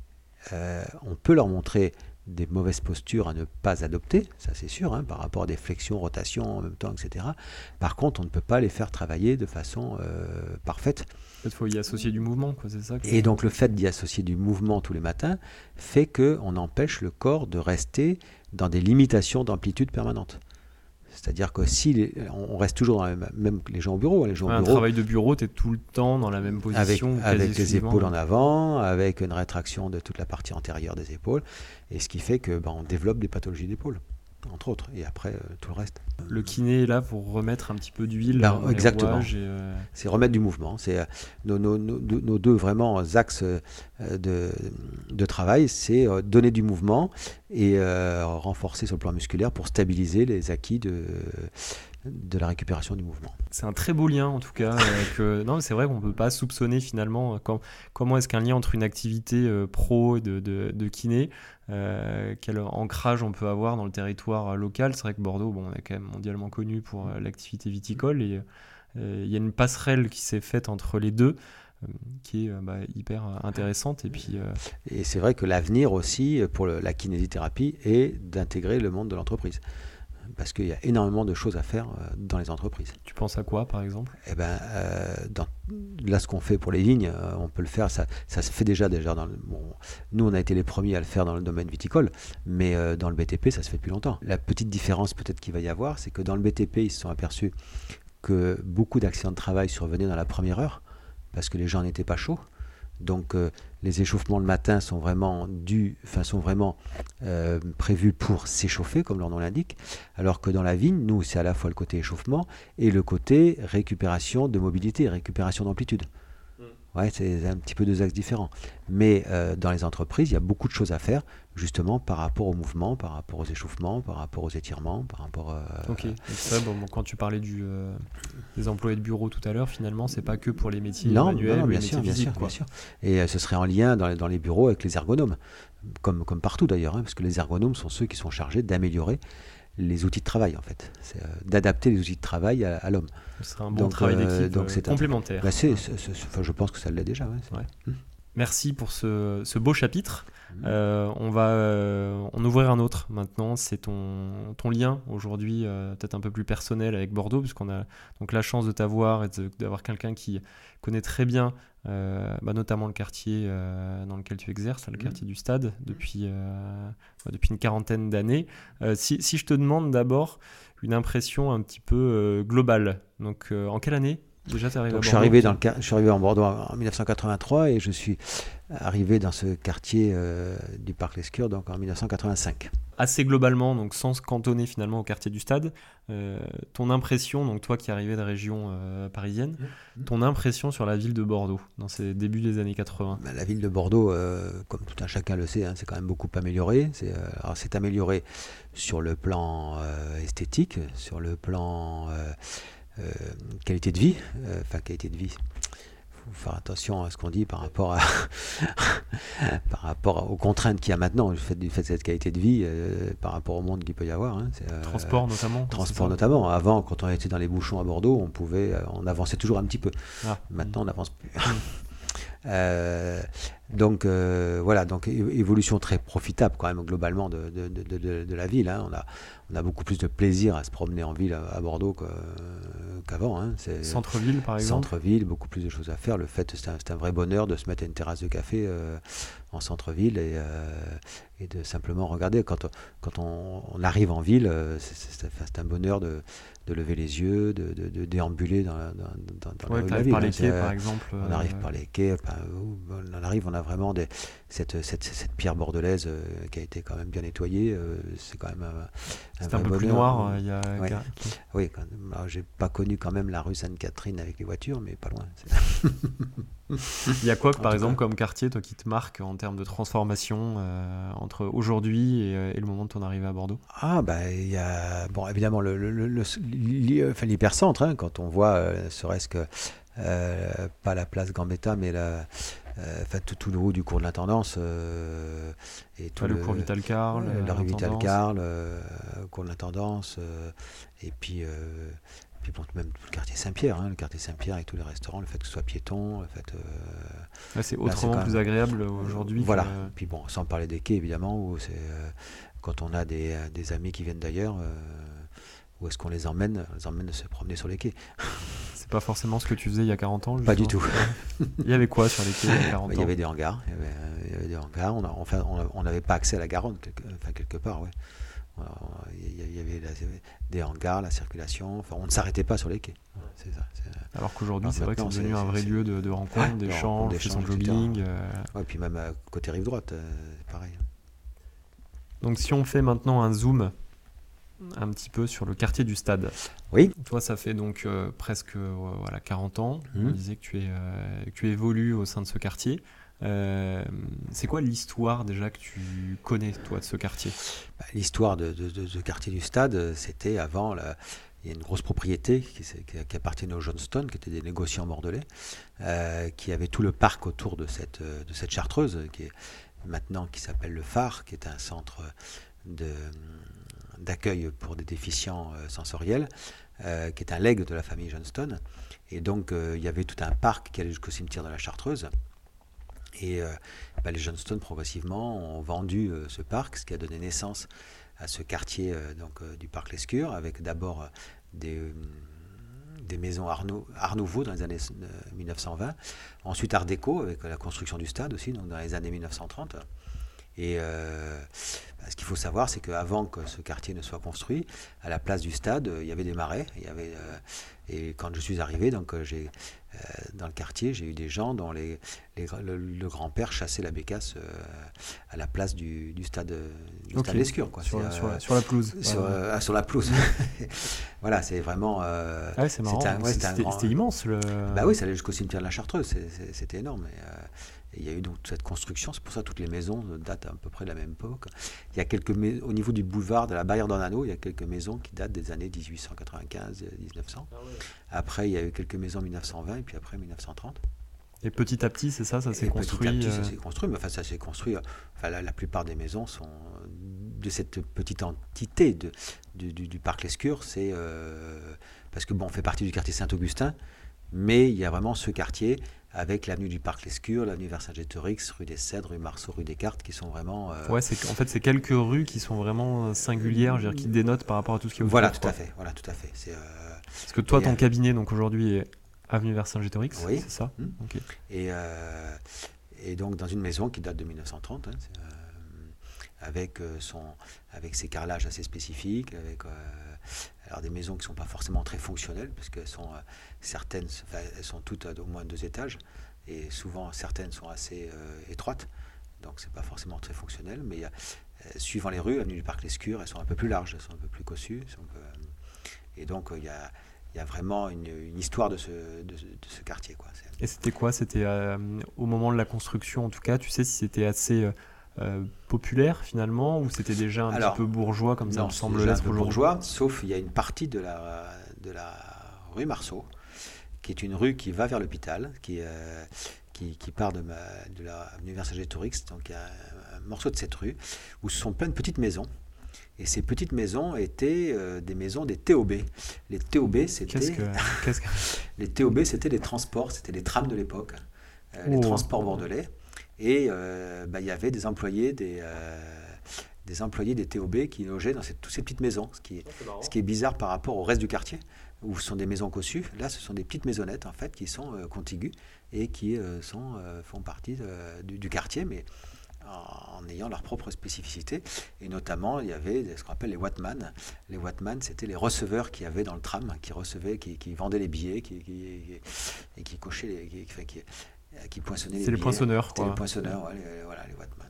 [SPEAKER 2] on peut leur montrer des mauvaises postures à ne pas adopter, ça c'est sûr, par rapport à des flexions, rotations en même temps, etc. Par contre, on ne peut pas les faire travailler de façon parfaite.
[SPEAKER 1] Il faut y associer du mouvement, quoi, c'est ça.
[SPEAKER 2] Et donc le fait d'y associer du mouvement tous les matins fait qu'on empêche le corps de rester dans des limitations d'amplitude permanentes. C'est-à-dire que si on reste toujours dans même les gens au bureau.
[SPEAKER 1] Un travail de bureau, tu es tout le temps dans la même position.
[SPEAKER 2] Avec les épaules en avant, avec une rétraction de toute la partie antérieure des épaules. Et ce qui fait qu'on développe des pathologies d'épaule, entre autres. Et après, tout le reste.
[SPEAKER 1] Le kiné est là pour remettre un petit peu d'huile.
[SPEAKER 2] Exactement. C'est remettre du mouvement. C'est nos deux vraiment axes de travail, c'est donner du mouvement et renforcer sur le plan musculaire pour stabiliser les acquis de la récupération du mouvement.
[SPEAKER 1] C'est un très beau lien en tout cas. Non, c'est vrai qu'on ne peut pas soupçonner finalement comment est-ce qu'un lien entre une activité pro et de kiné, quel ancrage on peut avoir dans le territoire local. C'est vrai que Bordeaux, on est quand même mondialement connu pour l'activité viticole et il y a une passerelle qui s'est faite entre les deux qui est hyper intéressante.
[SPEAKER 2] Et c'est vrai que l'avenir aussi pour la kinésithérapie est d'intégrer le monde de l'entreprise. Parce qu'il y a énormément de choses à faire dans les entreprises.
[SPEAKER 1] Tu penses à quoi, par exemple ?
[SPEAKER 2] Là, ce qu'on fait pour les vignes, on peut le faire. Ça se fait déjà nous, on a été les premiers à le faire dans le domaine viticole, mais dans le BTP, ça se fait depuis longtemps. La petite différence peut-être qu'il va y avoir, c'est que dans le BTP, ils se sont aperçus que beaucoup d'accidents de travail survenaient dans la première heure, parce que les gens n'étaient pas chauds. Donc les échauffements le matin sont vraiment prévus pour s'échauffer, comme leur nom l'indique, alors que dans la vigne, nous, c'est à la fois le côté échauffement et le côté récupération de mobilité, récupération d'amplitude. Ouais, c'est un petit peu deux axes différents. Mais dans les entreprises, il y a beaucoup de choses à faire, justement par rapport au mouvement, par rapport aux échauffements, par rapport aux étirements, par rapport.
[SPEAKER 1] Ok, donc ça, quand tu parlais des employés de bureau tout à l'heure, finalement, c'est pas que pour les métiers
[SPEAKER 2] Non,
[SPEAKER 1] manuels ou les
[SPEAKER 2] bien
[SPEAKER 1] métiers
[SPEAKER 2] sûr, bien
[SPEAKER 1] physiques,
[SPEAKER 2] sûr, bien
[SPEAKER 1] quoi.
[SPEAKER 2] sûr. Et ce serait en lien dans les bureaux avec les ergonomes, comme partout d'ailleurs, hein, parce que les ergonomes sont ceux qui sont chargés d'améliorer les outils de travail, en fait. C'est d'adapter les outils de travail à l'homme.
[SPEAKER 1] Ce serait un bon
[SPEAKER 2] Donc,
[SPEAKER 1] travail d'équipe
[SPEAKER 2] c'est
[SPEAKER 1] complémentaire.
[SPEAKER 2] bah, enfin, je pense que ça l'est déjà. Ouais,
[SPEAKER 1] Ouais. Merci pour ce beau chapitre.
[SPEAKER 2] Mhm.
[SPEAKER 1] On va en ouvrir un autre maintenant. C'est ton lien aujourd'hui, peut-être un peu plus personnel avec Bordeaux, puisqu'on a donc la chance de t'avoir et d'avoir quelqu'un qui connaît très bien, notamment le quartier dans lequel tu exerces, le quartier du Stade, depuis une quarantaine d'années. Si je te demande d'abord une impression un petit peu globale, donc en quelle année déjà tu arrives à
[SPEAKER 2] Donc
[SPEAKER 1] Bordeaux?
[SPEAKER 2] je suis arrivé en Bordeaux en 1983 et je suis arrivé dans ce quartier du Parc Lescure donc en 1985.
[SPEAKER 1] Assez globalement, donc sans se cantonner finalement au quartier du Stade, ton impression, donc toi qui arrivais de région parisienne, ton impression sur la ville de Bordeaux dans ces débuts des années 80?
[SPEAKER 2] La ville de Bordeaux, comme tout un chacun le sait, hein, c'est quand même beaucoup amélioré. Alors c'est amélioré sur le plan esthétique, sur le plan qualité de vie. Qualité de vie. Faut faire attention à ce qu'on dit par rapport par rapport aux contraintes qu'il y a maintenant du fait de cette qualité de vie par rapport au monde qu'il peut y avoir. Hein.
[SPEAKER 1] Transport notamment.
[SPEAKER 2] Transport notamment. Avant, quand on était dans les bouchons à Bordeaux, on avançait toujours un petit peu. Maintenant, on n'avance plus. Donc évolution très profitable quand même globalement de la ville. Hein. On a beaucoup plus de plaisir à se promener en ville à Bordeaux qu'avant. Hein.
[SPEAKER 1] Centre-ville par exemple.
[SPEAKER 2] Centre-ville, beaucoup plus de choses à faire. Le fait, c'est un vrai bonheur de se mettre à une terrasse de café en centre-ville et de simplement regarder. Quand on arrive en ville, c'est un bonheur de lever les yeux, de déambuler dans
[SPEAKER 1] les rues de la ville. Par les quais, par exemple.
[SPEAKER 2] On arrive par les quais, on a vraiment cette pierre bordelaise qui a été quand même bien nettoyée. C'est quand même
[SPEAKER 1] un peu bonheur. Plus noir.
[SPEAKER 2] Oui, j'ai pas connu quand même la rue Sainte-Catherine avec les voitures, mais pas loin.
[SPEAKER 1] Il y a quoi, par exemple, comme quartier, toi, qui te marque en termes de transformation entre aujourd'hui et le moment de ton arrivée à Bordeaux?
[SPEAKER 2] Il y a évidemment l'hypercentre, hein, quand on voit, serait-ce que pas la place Gambetta, mais tout le haut du cours de l'intendance et tout
[SPEAKER 1] le cours Vital-Carle,
[SPEAKER 2] la rue Vital-Carle, le cours de l'intendance, et puis même le quartier Saint-Pierre, le quartier Saint-Pierre avec tous les restaurants, le fait que ce soit piéton, le fait.
[SPEAKER 1] C'est autrement plus agréable aujourd'hui.
[SPEAKER 2] Voilà. Puis sans parler des quais évidemment, où c'est quand on a des amis qui viennent d'ailleurs. Où est-ce qu'on les emmène de se promener sur les quais.
[SPEAKER 1] C'est pas forcément ce que tu faisais il y a 40 ans, justement.
[SPEAKER 2] Pas du tout.
[SPEAKER 1] Il y avait quoi sur les quais il y a 40 ans?
[SPEAKER 2] Il y avait des hangars. On n'avait pas accès à la Garonne, quelque part, ouais. Il y avait des hangars, la circulation. On ne s'arrêtait pas sur les quais. C'est ça.
[SPEAKER 1] Alors qu'aujourd'hui, c'est vrai que c'est devenu un vrai lieu de rencontre, d'échange, de son jogging.
[SPEAKER 2] Ouais, puis même côté rive droite, c'est pareil.
[SPEAKER 1] Donc si on fait maintenant un zoom un petit peu sur le quartier du Stade.
[SPEAKER 2] Oui.
[SPEAKER 1] Toi, ça fait donc presque 40 ans. On disait que tu évolues au sein de ce quartier. C'est quoi l'histoire déjà que tu connais, toi, de ce quartier?
[SPEAKER 2] L'histoire de ce quartier du Stade, c'était avant... Il y a une grosse propriété qui appartenait aux Johnston, qui étaient des négociants bordelais, qui avaient tout le parc autour de cette chartreuse, qui s'appelle le Phare, qui est un centre d'accueil pour des déficients sensoriels, qui est un legs de la famille Johnston. Et donc, il y avait tout un parc qui allait jusqu'au cimetière de la Chartreuse. Et les Johnston, progressivement, ont vendu ce parc, ce qui a donné naissance à ce quartier du Parc Lescure, avec d'abord des maisons Art Nouveau dans les années 1920, ensuite Art Déco, avec la construction du stade aussi, donc dans les années 1930. Et ce qu'il faut savoir, c'est qu'avant que ce quartier ne soit construit, à la place du stade, il y avait des marais. Et quand je suis arrivé, donc dans le quartier, j'ai eu des gens dont le grand-père chassait la bécasse à la place du stade Lescure. Quoi.
[SPEAKER 1] Sur la pelouse.
[SPEAKER 2] Sur la pelouse. Voilà, c'est vraiment...
[SPEAKER 1] c'est marrant, c'était immense.
[SPEAKER 2] Bah oui, ça allait jusqu'au cimetière de la Chartreuse, c'était énorme. Et il y a eu donc cette construction, c'est pour ça que toutes les maisons datent à peu près de la même époque. Il y a au niveau du boulevard de la barrière d'Ornano, il y a quelques maisons qui datent des années 1895, 1900. Ah ouais. Après, il y a eu quelques maisons en 1920 et puis après 1930.
[SPEAKER 1] Et petit à petit, c'est ça s'est construit.
[SPEAKER 2] Petit à petit, ça s'est construit, mais ça s'est construit. La plupart des maisons sont de cette petite entité du parc Lescure. C'est parce que on fait partie du quartier Saint-Augustin, mais il y a vraiment ce quartier avec l'avenue du Parc Lescure, l'avenue Vercingétorix, rue des Cèdres, rue Marceau, rue Descartes, qui sont vraiment...
[SPEAKER 1] Ouais, c'est quelques rues qui sont vraiment singulières, je veux dire, qui dénotent par rapport à tout ce qui est autour.
[SPEAKER 2] Voilà, tout à fait.
[SPEAKER 1] Parce que toi, ton cabinet, donc aujourd'hui, est avenue Vercingétorix,
[SPEAKER 2] oui.
[SPEAKER 1] C'est ça. Okay.
[SPEAKER 2] Et donc, dans une maison qui date de 1930, avec ses carrelages assez spécifiques, avec... Alors des maisons qui ne sont pas forcément très fonctionnelles, parce que certaines, elles sont toutes au moins 2 étages, et souvent certaines sont assez étroites, donc c'est pas forcément très fonctionnel, mais suivant les rues, avenue du Parc Lescure, elles sont un peu plus larges, elles sont un peu plus cossues, et donc il y a vraiment une histoire de ce quartier, quoi.
[SPEAKER 1] Et c'était quoi ? C'était au moment de la construction, en tout cas, tu sais si c'était assez... populaire finalement, ou c'était déjà un petit peu bourgeois comme ça me semble l'être aujourd'hui ?
[SPEAKER 2] Bourgeois, sauf il y a une partie de la rue Marceau, qui est une rue qui va vers l'hôpital, qui part de l'avenue Vercingétorix. Donc il y a un morceau de cette rue où ce sont plein de petites maisons. Et ces petites maisons étaient des maisons des TOB. Les TOB, c'était les TOB, c'était les transports, c'était les trams de l'époque, les transports bordelais. Et il y avait des employés des TOB qui logeaient dans toutes ces petites maisons, ce qui est bizarre par rapport au reste du quartier, où ce sont des maisons cossues. Là, ce sont des petites maisonnettes en fait qui sont contiguës et qui font partie du quartier, mais en ayant leur propre spécificité. Et notamment, il y avait ce qu'on appelle les Wattman. Les Wattman, c'était les receveurs qu'il y avait dans le tram, qui recevaient, qui vendaient les billets, et qui cochaient qui poinçonnaient les billets.
[SPEAKER 1] C'est les poinçonneurs, quoi.
[SPEAKER 2] C'était les poinçonneurs, les Wattman.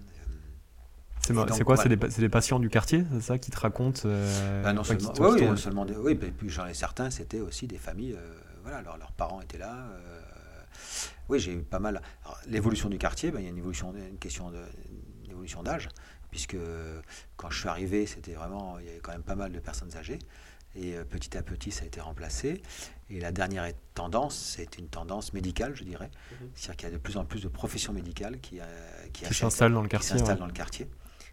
[SPEAKER 1] C'est quoi ? C'est des patients du quartier, c'est ça, qui te racontent
[SPEAKER 2] non seulement. Oui, puis j'en ai certains, c'était aussi des familles. Leurs parents étaient là. Oui, j'ai eu pas mal. Alors, l'évolution du quartier, il y a une question d'évolution d'âge, puisque quand je suis arrivé, il y avait quand même pas mal de personnes âgées. Et petit à petit, ça a été remplacé. Et la dernière tendance, c'est une tendance médicale, je dirais. C'est-à-dire qu'il y a de plus en plus de professions médicales qui
[SPEAKER 1] s'installent dans le quartier.
[SPEAKER 2] Dans le quartier.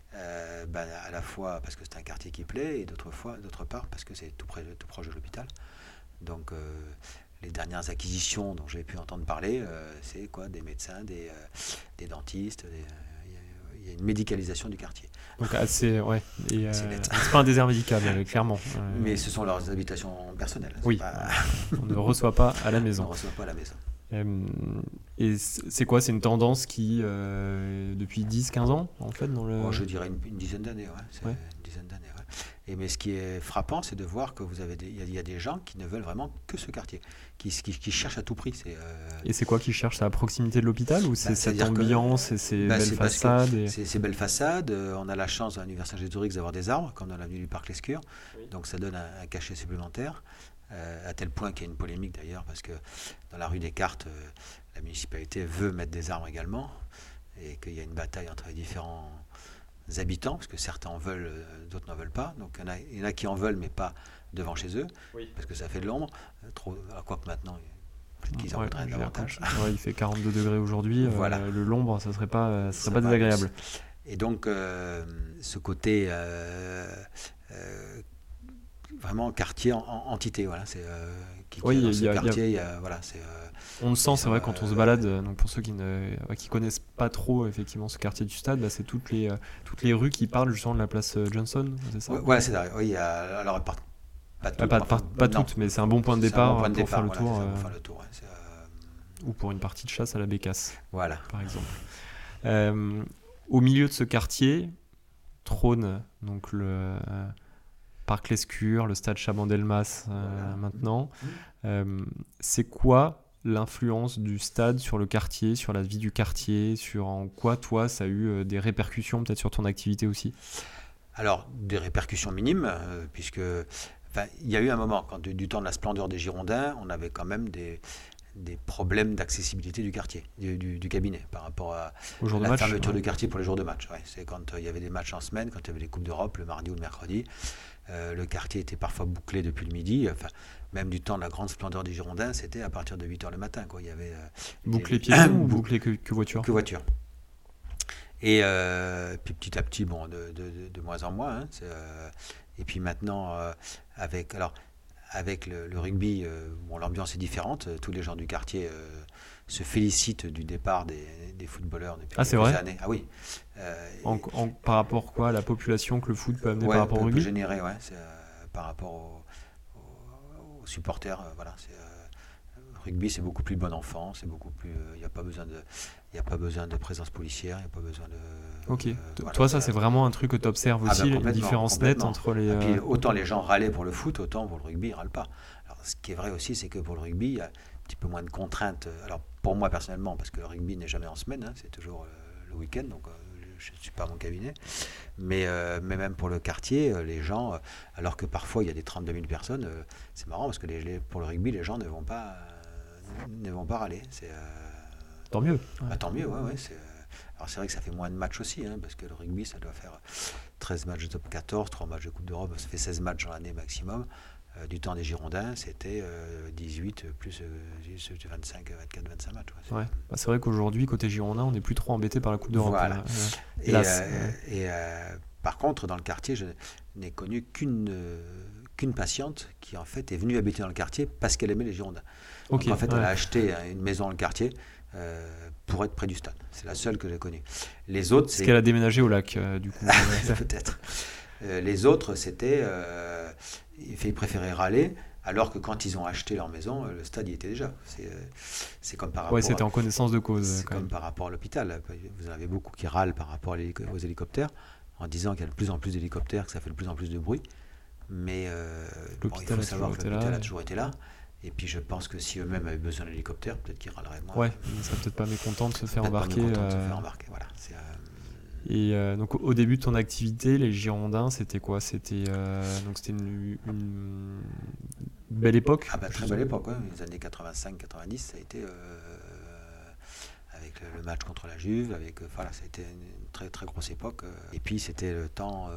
[SPEAKER 2] À la fois parce que c'est un quartier qui plaît, et d'autre part parce que c'est tout proche de l'hôpital. Donc les dernières acquisitions dont j'ai pu entendre parler, c'est quoi ? Des médecins, des dentistes. Il y a une médicalisation du quartier.
[SPEAKER 1] Donc assez, ouais. Et, c'est pas un désert médical, clairement.
[SPEAKER 2] Mais ce sont leurs habitations personnelles.
[SPEAKER 1] Oui. On ne reçoit pas à la maison.
[SPEAKER 2] On ne reçoit pas à la maison.
[SPEAKER 1] Et c'est quoi ? C'est une tendance qui, depuis 10-15 ans, en fait, dans le...
[SPEAKER 2] je dirais une dizaine d'années, Une dizaine d'années, mais ce qui est frappant, c'est de voir que il y a des gens qui ne veulent vraiment que ce quartier, qui cherchent à tout prix.
[SPEAKER 1] Et c'est quoi qu'ils cherchent ? C'est à proximité de l'hôpital, ou c'est cette ambiance et ces belles façades
[SPEAKER 2] Ces belles façades, on a la chance dans l'avenue Vercingétorix d'avoir des arbres, comme dans l'avenue du Parc Lescure, donc ça donne un cachet supplémentaire, à tel point qu'il y a une polémique d'ailleurs, parce que dans la rue Descartes, la municipalité veut mettre des arbres également, et qu'il y a une bataille entre les différents habitants, parce que certains en veulent, d'autres n'en veulent pas. Donc il y en a qui en veulent, mais pas devant chez eux, parce que ça fait de l'ombre. Quoique maintenant, peut-être qu'ils en voudraient davantage.
[SPEAKER 1] Il fait 42 degrés aujourd'hui. L'ombre, ça serait pas désagréable.
[SPEAKER 2] Et donc, ce côté vraiment quartier entité,
[SPEAKER 1] on le sent, c'est vrai, quand on se balade. Donc pour ceux qui connaissent pas trop effectivement ce quartier du Stade, c'est toutes les rues qui parlent justement de la place Johnson, c'est ça ?
[SPEAKER 2] Ouais, c'est vrai. Oui, alors
[SPEAKER 1] pas toutes, mais c'est un bon point de départ pour faire le tour. Ou pour une partie de chasse à la bécasse, par exemple. Au milieu de ce quartier trône donc le Parc Lescure, le stade Chaban-Delmas maintenant. C'est quoi l'influence du stade sur le quartier, sur la vie du quartier, sur en quoi, toi, ça a eu des répercussions peut-être sur ton activité aussi?
[SPEAKER 2] Alors, des répercussions minimes, puisque il y a eu un moment, quand du temps de la splendeur des Girondins, on avait quand même des problèmes d'accessibilité du quartier, du cabinet, par rapport à
[SPEAKER 1] Au jour de
[SPEAKER 2] la
[SPEAKER 1] match,
[SPEAKER 2] fermeture
[SPEAKER 1] ouais.
[SPEAKER 2] du quartier pour les jours de match. Ouais, c'est quand il y avait des matchs en semaine, quand il y avait les Coupes d'Europe, le mardi ou le mercredi. Le quartier était parfois bouclé depuis le midi. Enfin, même du temps de la grande splendeur des Girondins, c'était à partir de 8h le matin, quoi. Il y avait
[SPEAKER 1] Bouclé piéton ou bouclé que voiture?
[SPEAKER 2] que voiture. Et puis petit à petit, bon, de moins en moins. Hein, et puis maintenant, avec le rugby, bon, l'ambiance est différente. Tous les gens du quartier se félicitent du départ des footballeurs depuis
[SPEAKER 1] C'est
[SPEAKER 2] quelques
[SPEAKER 1] vrai?
[SPEAKER 2] années. Ah oui.
[SPEAKER 1] Par rapport quoi, à la population que le foot peut amener
[SPEAKER 2] Ouais,
[SPEAKER 1] par rapport au
[SPEAKER 2] peut
[SPEAKER 1] rugby?
[SPEAKER 2] générer, ouais, par rapport aux supporters. Voilà, rugby, c'est beaucoup plus de bon enfant, c'est beaucoup plus. Il n'y a pas besoin de présence policière, il n'y a pas besoin de.
[SPEAKER 1] Ok.
[SPEAKER 2] Voilà,
[SPEAKER 1] Toi, ça, c'est vraiment un truc que tu observes aussi, les
[SPEAKER 2] complètement,
[SPEAKER 1] différences nettes
[SPEAKER 2] complètement.
[SPEAKER 1] entre les.
[SPEAKER 2] Et puis, autant les gens râlaient pour le foot, autant pour le rugby, ils râlent pas. Alors, ce qui est vrai aussi, c'est que pour le rugby, il y a un petit peu moins de contraintes. Alors, pour moi personnellement, parce que le rugby n'est jamais en semaine, hein, c'est toujours le week-end, donc je ne suis pas à mon cabinet. Mais même pour le quartier, les gens, alors que parfois il y a des 32 000 personnes, c'est marrant parce que pour le rugby, les gens ne vont pas râler.
[SPEAKER 1] Tant mieux. Ouais.
[SPEAKER 2] Tant mieux, ouais. Alors c'est vrai que ça fait moins de matchs aussi, hein, parce que le rugby, ça doit faire 13 matchs de top 14, 3 matchs de Coupe d'Europe, ça fait 16 matchs dans l'année maximum. Du temps des Girondins, c'était 18 plus 25, 24, 25 matchs.
[SPEAKER 1] Ouais. C'est vrai qu'aujourd'hui, côté Girondin, on n'est plus trop embêté par la Coupe d'Europe.
[SPEAKER 2] Voilà.
[SPEAKER 1] Hélas.
[SPEAKER 2] Par contre, dans le quartier, je n'ai connu qu'une patiente qui en fait est venue habiter dans le quartier parce qu'elle aimait les Girondins.
[SPEAKER 1] Okay,
[SPEAKER 2] donc en fait, elle a acheté une maison dans le quartier pour être près du stade. C'est la seule que j'ai connue. Les autres,
[SPEAKER 1] c'est qu'elle a déménagé au lac, du coup.
[SPEAKER 2] Peut-être. Les autres, c'était ils préféraient râler. Alors que quand ils ont acheté leur maison, le stade y était déjà. C'est comme par rapport.
[SPEAKER 1] Ouais, c'était en connaissance de cause.
[SPEAKER 2] C'est comme par rapport à l'hôpital. Vous en avez beaucoup qui râlent par rapport aux hélicoptères, en disant qu'il y a de plus en plus d'hélicoptères, que ça fait de plus en plus de bruit. Mais il faut savoir que l'hôpital a toujours été là. Et puis je pense que si eux-mêmes avaient besoin d'hélicoptères, peut-être qu'ils râleraient moins.
[SPEAKER 1] Ouais, ils ne seraient peut-être pas mécontents de se faire embarquer.
[SPEAKER 2] Voilà.
[SPEAKER 1] Et donc au début de ton activité, les Girondins, c'était quoi? C'était une belle époque.
[SPEAKER 2] Très belle époque, ouais. Les années 85-90, ça a été avec le match contre la Juve, ça a été une très très grosse époque. Et puis c'était le temps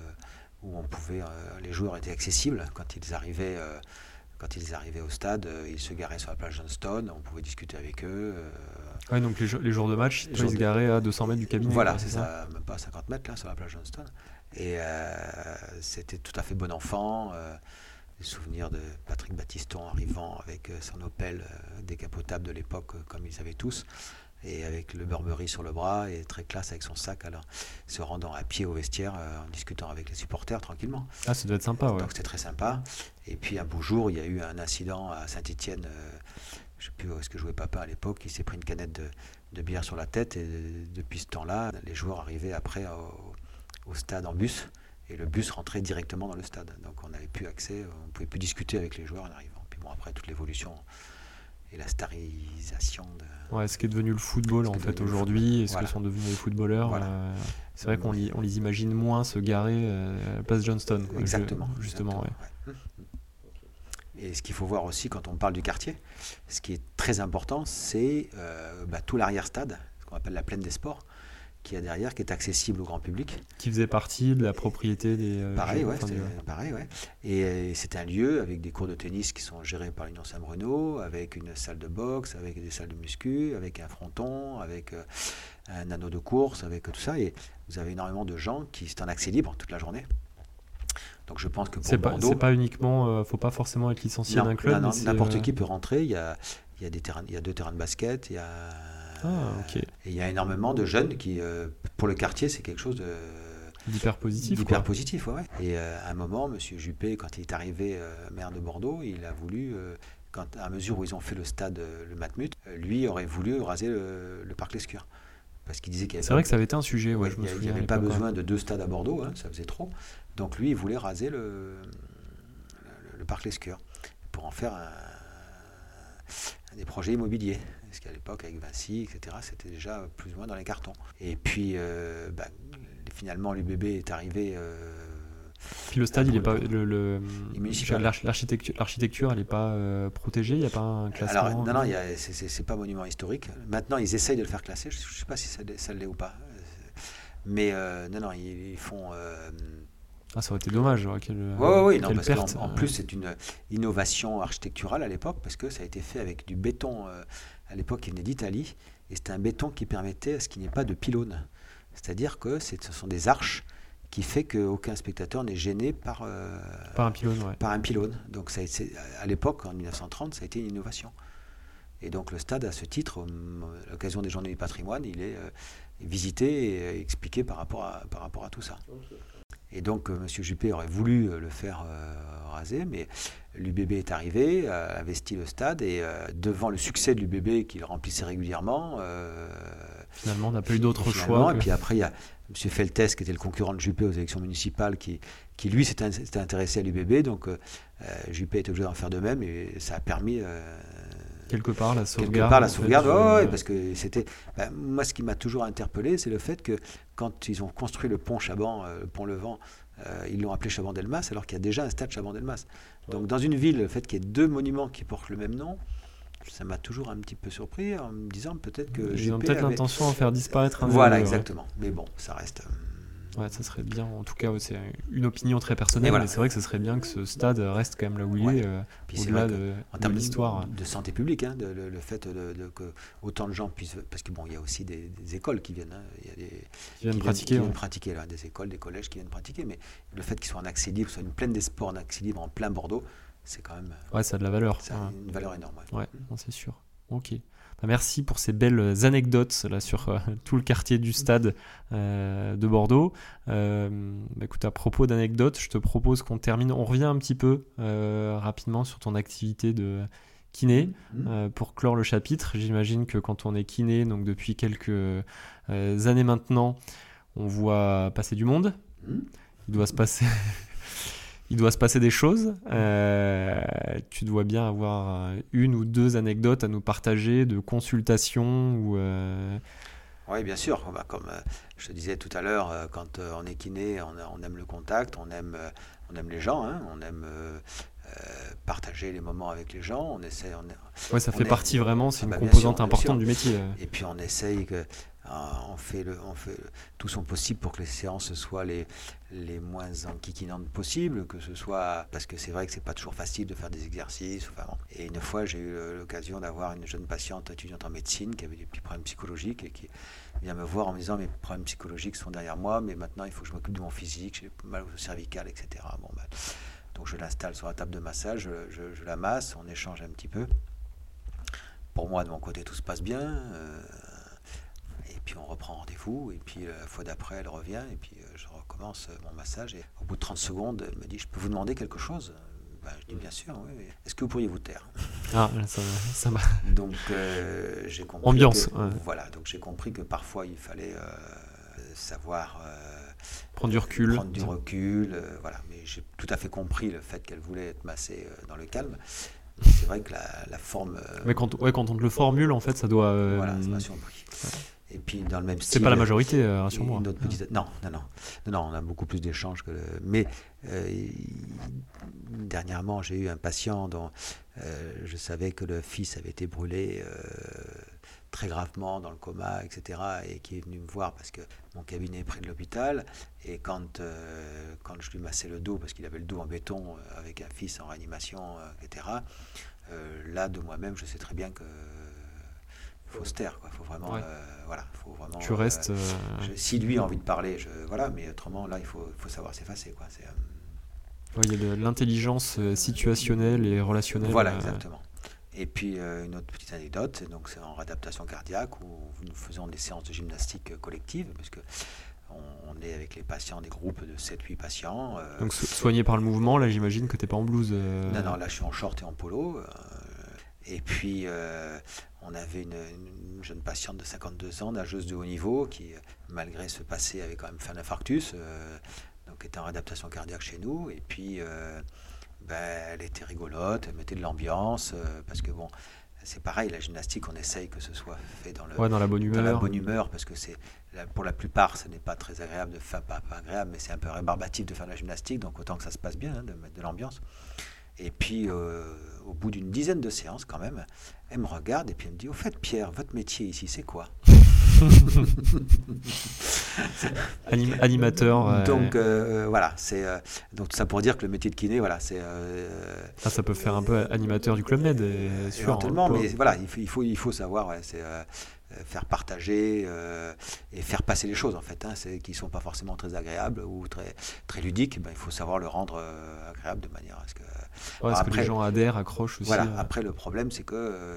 [SPEAKER 2] où les joueurs étaient accessibles quand ils arrivaient. Quand ils arrivaient au stade, ils se garaient sur la plage Johnston, on pouvait discuter avec eux.
[SPEAKER 1] Ouais, donc les jours de match, ils se garaient à 200 mètres du cabinet.
[SPEAKER 2] Voilà, c'est ça, même pas à 50 mètres là, sur la plage Johnston. Et c'était tout à fait bon enfant. Des souvenirs de Patrick Battiston arrivant avec son Opel décapotable de l'époque, comme ils savaient tous, et avec le Burberry sur le bras, et très classe avec son sac, alors se rendant à pied au vestiaire en discutant avec les supporters tranquillement.
[SPEAKER 1] Ah, ça doit être sympa, ouais.
[SPEAKER 2] Donc c'était très sympa. Et puis un beau jour, il y a eu un incident à Saint-Étienne, je ne sais plus où est-ce que jouait papa à l'époque, il s'est pris une canette de bière sur la tête, et depuis ce temps-là, les joueurs arrivaient après au stade en bus, et le bus rentrait directement dans le stade. Donc on n'avait plus accès, on ne pouvait plus discuter avec les joueurs en arrivant. Puis bon, après toute l'évolution et la starisation de...
[SPEAKER 1] Ouais, ce qui est devenu le football en fait aujourd'hui, et ce que sont devenus les footballeurs. Voilà. C'est vrai qu'on les imagine moins se garer à la place Johnston. Quoi,
[SPEAKER 2] exactement.
[SPEAKER 1] Ouais.
[SPEAKER 2] Et ce qu'il faut voir aussi quand on parle du quartier, ce qui est très important, c'est tout l'arrière-stade, ce qu'on appelle la plaine des sports, qui est derrière, qui est accessible au grand public.
[SPEAKER 1] Qui faisait partie de la propriété des...
[SPEAKER 2] pareil, ouais. Et c'est un lieu avec des cours de tennis qui sont gérés par l'Union Saint-Bruno, avec une salle de boxe, avec des salles de muscu, avec un fronton, avec un anneau de course, avec tout ça. Et vous avez énormément de gens c'est en accès libre toute la journée. Donc je pense que pour Bordeaux...
[SPEAKER 1] C'est pas uniquement... faut pas forcément être licencié d'un club.
[SPEAKER 2] Non, n'importe qui peut rentrer. Il y a 2 terrains de basket, il y a...
[SPEAKER 1] ok.
[SPEAKER 2] Et il y a énormément de jeunes qui, pour le quartier, c'est quelque chose
[SPEAKER 1] d'hyper positif.
[SPEAKER 2] Ouais. Et à un moment, M. Juppé, quand il est arrivé maire de Bordeaux, il a voulu, à mesure où ils ont fait le stade, le Matmut, lui aurait voulu raser le parc Lescure. Parce qu'il disait qu'il y avait...
[SPEAKER 1] C'est vrai que ça avait été un sujet, ouais, je me souviens.
[SPEAKER 2] Il n'y avait pas besoin de 2 stades à Bordeaux, ça faisait trop. Donc lui, il voulait raser le parc Lescure pour en faire des projets immobiliers. Parce qu'à l'époque, avec Vinci, etc., c'était déjà plus ou moins dans les cartons. Et puis, finalement, l'UBB est arrivé.
[SPEAKER 1] Puis le stade, il est pas
[SPEAKER 2] l'architecture,
[SPEAKER 1] elle n'est pas protégée. Il n'y a pas un classement.
[SPEAKER 2] Alors non, c'est pas monument historique. Maintenant, ils essayent de le faire classer. Je ne sais pas si ça l'est ou pas. Mais non, ils font.
[SPEAKER 1] Ça aurait été dommage.
[SPEAKER 2] Oui, non, parce qu'en plus, c'est une innovation architecturale à l'époque, parce que ça a été fait avec du béton. À l'époque, qui venait d'Italie, et c'était un béton qui permettait à ce qu'il n'y ait pas de pylône. C'est-à-dire que ce sont des arches qui fait qu'aucun spectateur n'est gêné par
[SPEAKER 1] un pylône. Ouais.
[SPEAKER 2] Par un pylône. Donc à l'époque, en 1930, ça a été une innovation. Et donc le stade, à ce titre, à l'occasion des Journées du patrimoine, il est visité et expliqué par rapport à tout ça. Okay. Et donc M. Juppé aurait voulu le faire raser, mais l'UBB est arrivé, a investi le stade, et devant le succès de l'UBB qu'il remplissait régulièrement...
[SPEAKER 1] finalement, on n'a pas eu d'autre choix.
[SPEAKER 2] Et puis après, il y a M. Feltes, qui était le concurrent de Juppé aux élections municipales, qui lui s'était intéressé à l'UBB, donc Juppé était obligé d'en faire de même, et ça a permis...
[SPEAKER 1] quelque part la sauvegarde,
[SPEAKER 2] parce que c'était... moi, ce qui m'a toujours interpellé, c'est le fait que quand ils ont construit le pont Chaban, le pont Levant, ils l'ont appelé Chaban-Delmas, alors qu'il y a déjà un stade Chaban-Delmas. Donc dans une ville, le fait qu'il y ait deux monuments qui portent le même nom, ça m'a toujours un petit peu surpris, en me disant peut-être que...
[SPEAKER 1] Ils ont peut-être l'intention d'en faire disparaître un
[SPEAKER 2] des Voilà, exactement. Ouais. Mais bon, ça reste...
[SPEAKER 1] Ouais, ça serait bien. En tout cas, c'est une opinion très personnelle, mais c'est vrai que ça serait bien que ce stade reste quand même là où il est, au-delà de l'histoire.
[SPEAKER 2] De santé publique, le fait que autant de gens puissent... Parce qu'il y a aussi des écoles qui viennent. Il y a
[SPEAKER 1] qui viennent pratiquer.
[SPEAKER 2] Là, des écoles, des collèges qui viennent pratiquer. Mais le fait qu'ils soient en accès libre, soit une plaine des sports en accès libre en plein Bordeaux, c'est quand même...
[SPEAKER 1] Ouais, ça a de la valeur.
[SPEAKER 2] Ça a une valeur énorme.
[SPEAKER 1] Ouais, c'est sûr. Ok. Merci pour ces belles anecdotes là, sur tout le quartier du stade de Bordeaux. Écoute, à propos d'anecdotes, je te propose qu'on termine. On revient un petit peu rapidement sur ton activité de kiné pour clore le chapitre. J'imagine que quand on est kiné, donc depuis quelques années maintenant, on voit passer du monde. Il doit se passer des choses. Tu dois bien avoir une ou deux anecdotes à nous partager de consultations ou...
[SPEAKER 2] Oui, bien sûr. Comme je te disais tout à l'heure, quand on est kiné, on aime le contact, on aime les gens, on aime partager les moments avec les gens. On essaie.
[SPEAKER 1] Ça fait partie vraiment, c'est une composante importante du métier.
[SPEAKER 2] Et puis on essaye on fait tout son possible pour que les séances soient les moins enquiquinantes possibles, que ce soit, parce que c'est vrai que c'est pas toujours facile de faire des exercices. Et une fois, j'ai eu l'occasion d'avoir une jeune patiente étudiante en médecine qui avait des petits problèmes psychologiques et qui vient me voir en me disant mes problèmes psychologiques sont derrière moi, mais maintenant il faut que je m'occupe de mon physique, j'ai mal au cervical, etc. Donc je l'installe sur la table de massage, je la masse, on échange un petit peu. Pour moi, de mon côté, tout se passe bien. Et puis on reprend rendez-vous, et puis la fois d'après, elle revient, et puis je recommence mon massage. Et au bout de 30 secondes, elle me dit, je peux vous demander quelque chose ? Je dis, bien sûr, oui. Est-ce que vous pourriez vous taire ?
[SPEAKER 1] Ah, ça va.
[SPEAKER 2] Donc j'ai compris.
[SPEAKER 1] Ambiance.
[SPEAKER 2] Voilà, donc j'ai compris que parfois il fallait savoir
[SPEAKER 1] prendre du recul.
[SPEAKER 2] Voilà. Mais j'ai tout à fait compris le fait qu'elle voulait être massée dans le calme. C'est vrai que la forme...
[SPEAKER 1] Mais quand on te le formule, en fait, ça doit...
[SPEAKER 2] Voilà, ça m'a surpris. Et puis dans le même style...
[SPEAKER 1] C'est pas la majorité, rassure-moi.
[SPEAKER 2] Non, on a beaucoup plus d'échanges. Mais dernièrement, j'ai eu un patient dont je savais que le fils avait été brûlé très gravement dans le coma, etc. Et qui est venu me voir parce que mon cabinet est près de l'hôpital. Et quand je lui massais le dos, parce qu'il avait le dos en béton avec un fils en réanimation, etc., là, de moi-même, je sais très bien que faut se taire, quoi. Faut vraiment, faut vraiment.
[SPEAKER 1] Tu restes.
[SPEAKER 2] Si lui a envie de parler, mais autrement, là, il faut savoir s'effacer, quoi.
[SPEAKER 1] Il y a de l'intelligence situationnelle et relationnelle.
[SPEAKER 2] Voilà, exactement. Et puis une autre petite anecdote, donc c'est en réadaptation cardiaque où nous faisons des séances de gymnastique collective, parce que on est avec les patients, des groupes de 7-8 patients.
[SPEAKER 1] Donc soigné par le mouvement, là j'imagine que tu n'es pas en blouse.
[SPEAKER 2] Non, là je suis en short et en polo. Et puis on avait une jeune patiente de 52 ans, nageuse de haut niveau, qui malgré ce passé avait quand même fait un infarctus, donc était en réadaptation cardiaque chez nous. Et puis elle était rigolote, elle mettait de l'ambiance, parce que c'est pareil, la gymnastique, on essaye que ce soit fait dans
[SPEAKER 1] la bonne humeur.
[SPEAKER 2] Dans la bonne humeur, parce que pour la plupart, ce n'est pas très agréable, pas agréable, mais c'est un peu rébarbatif de faire de la gymnastique, donc autant que ça se passe bien, de mettre de l'ambiance. Et puis, au bout d'une dizaine de séances, quand même, elle me regarde et puis elle me dit, au fait, Pierre, votre métier ici, c'est quoi?
[SPEAKER 1] Animateur.
[SPEAKER 2] Donc voilà, donc tout ça pour dire que le métier de kiné, voilà, c'est.
[SPEAKER 1] Ça peut faire un peu animateur du Club Med,
[SPEAKER 2] éventuellement, mais voilà, il faut savoir, c'est faire partager et faire passer les choses en fait, qui ne sont pas forcément très agréables ou très très ludiques. Il faut savoir le rendre agréable de manière à ce que.
[SPEAKER 1] Après, que les gens adhèrent, accrochent aussi.
[SPEAKER 2] Voilà. Après, le problème, c'est que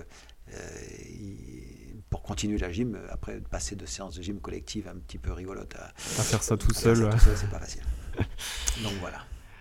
[SPEAKER 2] pour continuer la gym, après passer de séances de gym collective un petit peu rigolotes à
[SPEAKER 1] faire ça tout seul,
[SPEAKER 2] c'est pas facile. Donc voilà.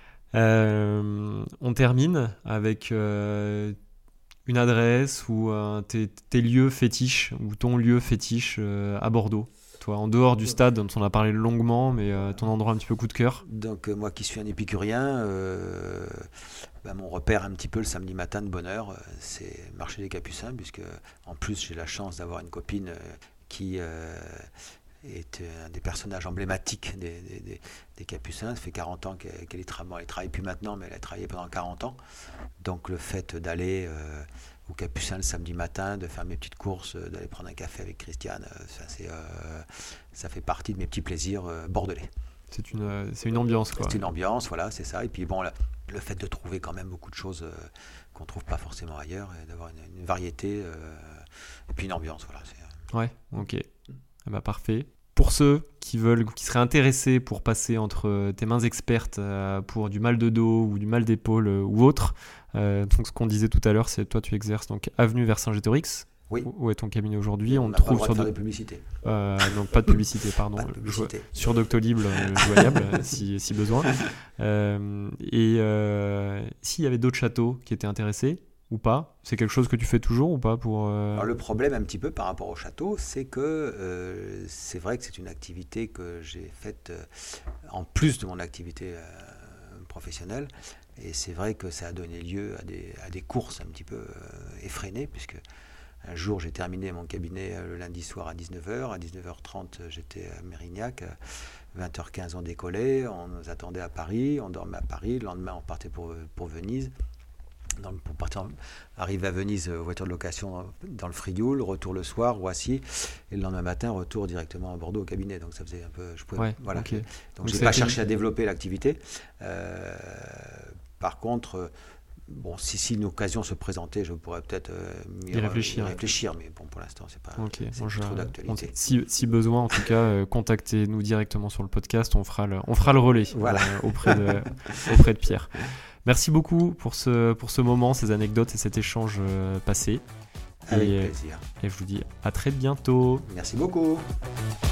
[SPEAKER 1] On termine avec une adresse ou tes lieux fétiches ou ton lieu fétiche à Bordeaux. Toi, en dehors du stade dont on a parlé longuement, mais ton endroit un petit peu coup de cœur.
[SPEAKER 2] Donc moi qui suis un épicurien, mon repère un petit peu le samedi matin de bonne heure, c'est le marché des Capucins, puisque en plus j'ai la chance d'avoir une copine qui est un des personnages emblématiques des Capucins. Ça fait 40 ans qu'elle travaille plus maintenant, mais elle a travaillé pendant 40 ans. Donc le fait d'aller aux Capucins le samedi matin, de faire mes petites courses, d'aller prendre un café avec Christiane, ça fait partie de mes petits plaisirs bordelais.
[SPEAKER 1] C'est une ambiance, quoi.
[SPEAKER 2] C'est une ambiance, voilà, c'est ça. Et puis bon, le fait de trouver quand même beaucoup de choses qu'on ne trouve pas forcément ailleurs, et d'avoir une variété, et puis une ambiance, voilà.
[SPEAKER 1] Ouais, ok. Parfait. Pour ceux qui seraient intéressés pour passer entre tes mains expertes pour du mal de dos ou du mal d'épaule ou autre, donc ce qu'on disait tout à l'heure, c'est toi tu exerces donc avenue Vercingétorix.
[SPEAKER 2] Oui.
[SPEAKER 1] Où est ton cabinet aujourd'hui?
[SPEAKER 2] On trouve pas le droit de faire de publicité.
[SPEAKER 1] Donc pas de publicité, pardon.
[SPEAKER 2] Pas de publicité.
[SPEAKER 1] Sur Doctolib, joignable si besoin. Et s'il y avait d'autres châteaux qui étaient intéressés ou pas, c'est quelque chose que tu fais toujours ou pas pour
[SPEAKER 2] Alors le problème un petit peu par rapport au château, c'est que c'est vrai que c'est une activité que j'ai faite en plus de mon activité professionnelle, et c'est vrai que ça a donné lieu à des courses un petit peu effrénées, puisque un jour j'ai terminé mon cabinet le lundi soir à 19h, à 19h30 j'étais à Mérignac, à 20h15 on décollait, on nous attendait à Paris, on dormait à Paris, le lendemain on partait pour Venise. Pour partir arriver à Venise, voiture de location dans le Frioul, retour le soir, Roissy, et le lendemain matin, retour directement à Bordeaux au cabinet. Donc ça faisait un peu. Voilà.
[SPEAKER 1] Okay.
[SPEAKER 2] Donc je n'ai pas cherché à développer l'activité. Par contre, si une occasion se présentait, je pourrais peut-être y réfléchir. Mais bon, pour l'instant, c'est pas trop d'actualité.
[SPEAKER 1] Si besoin, en tout cas, contactez-nous directement sur le podcast. On fera le relais auprès de Pierre. Merci beaucoup pour ce moment, ces anecdotes et cet échange passé.
[SPEAKER 2] Avec plaisir.
[SPEAKER 1] Et je vous dis à très bientôt.
[SPEAKER 2] Merci beaucoup.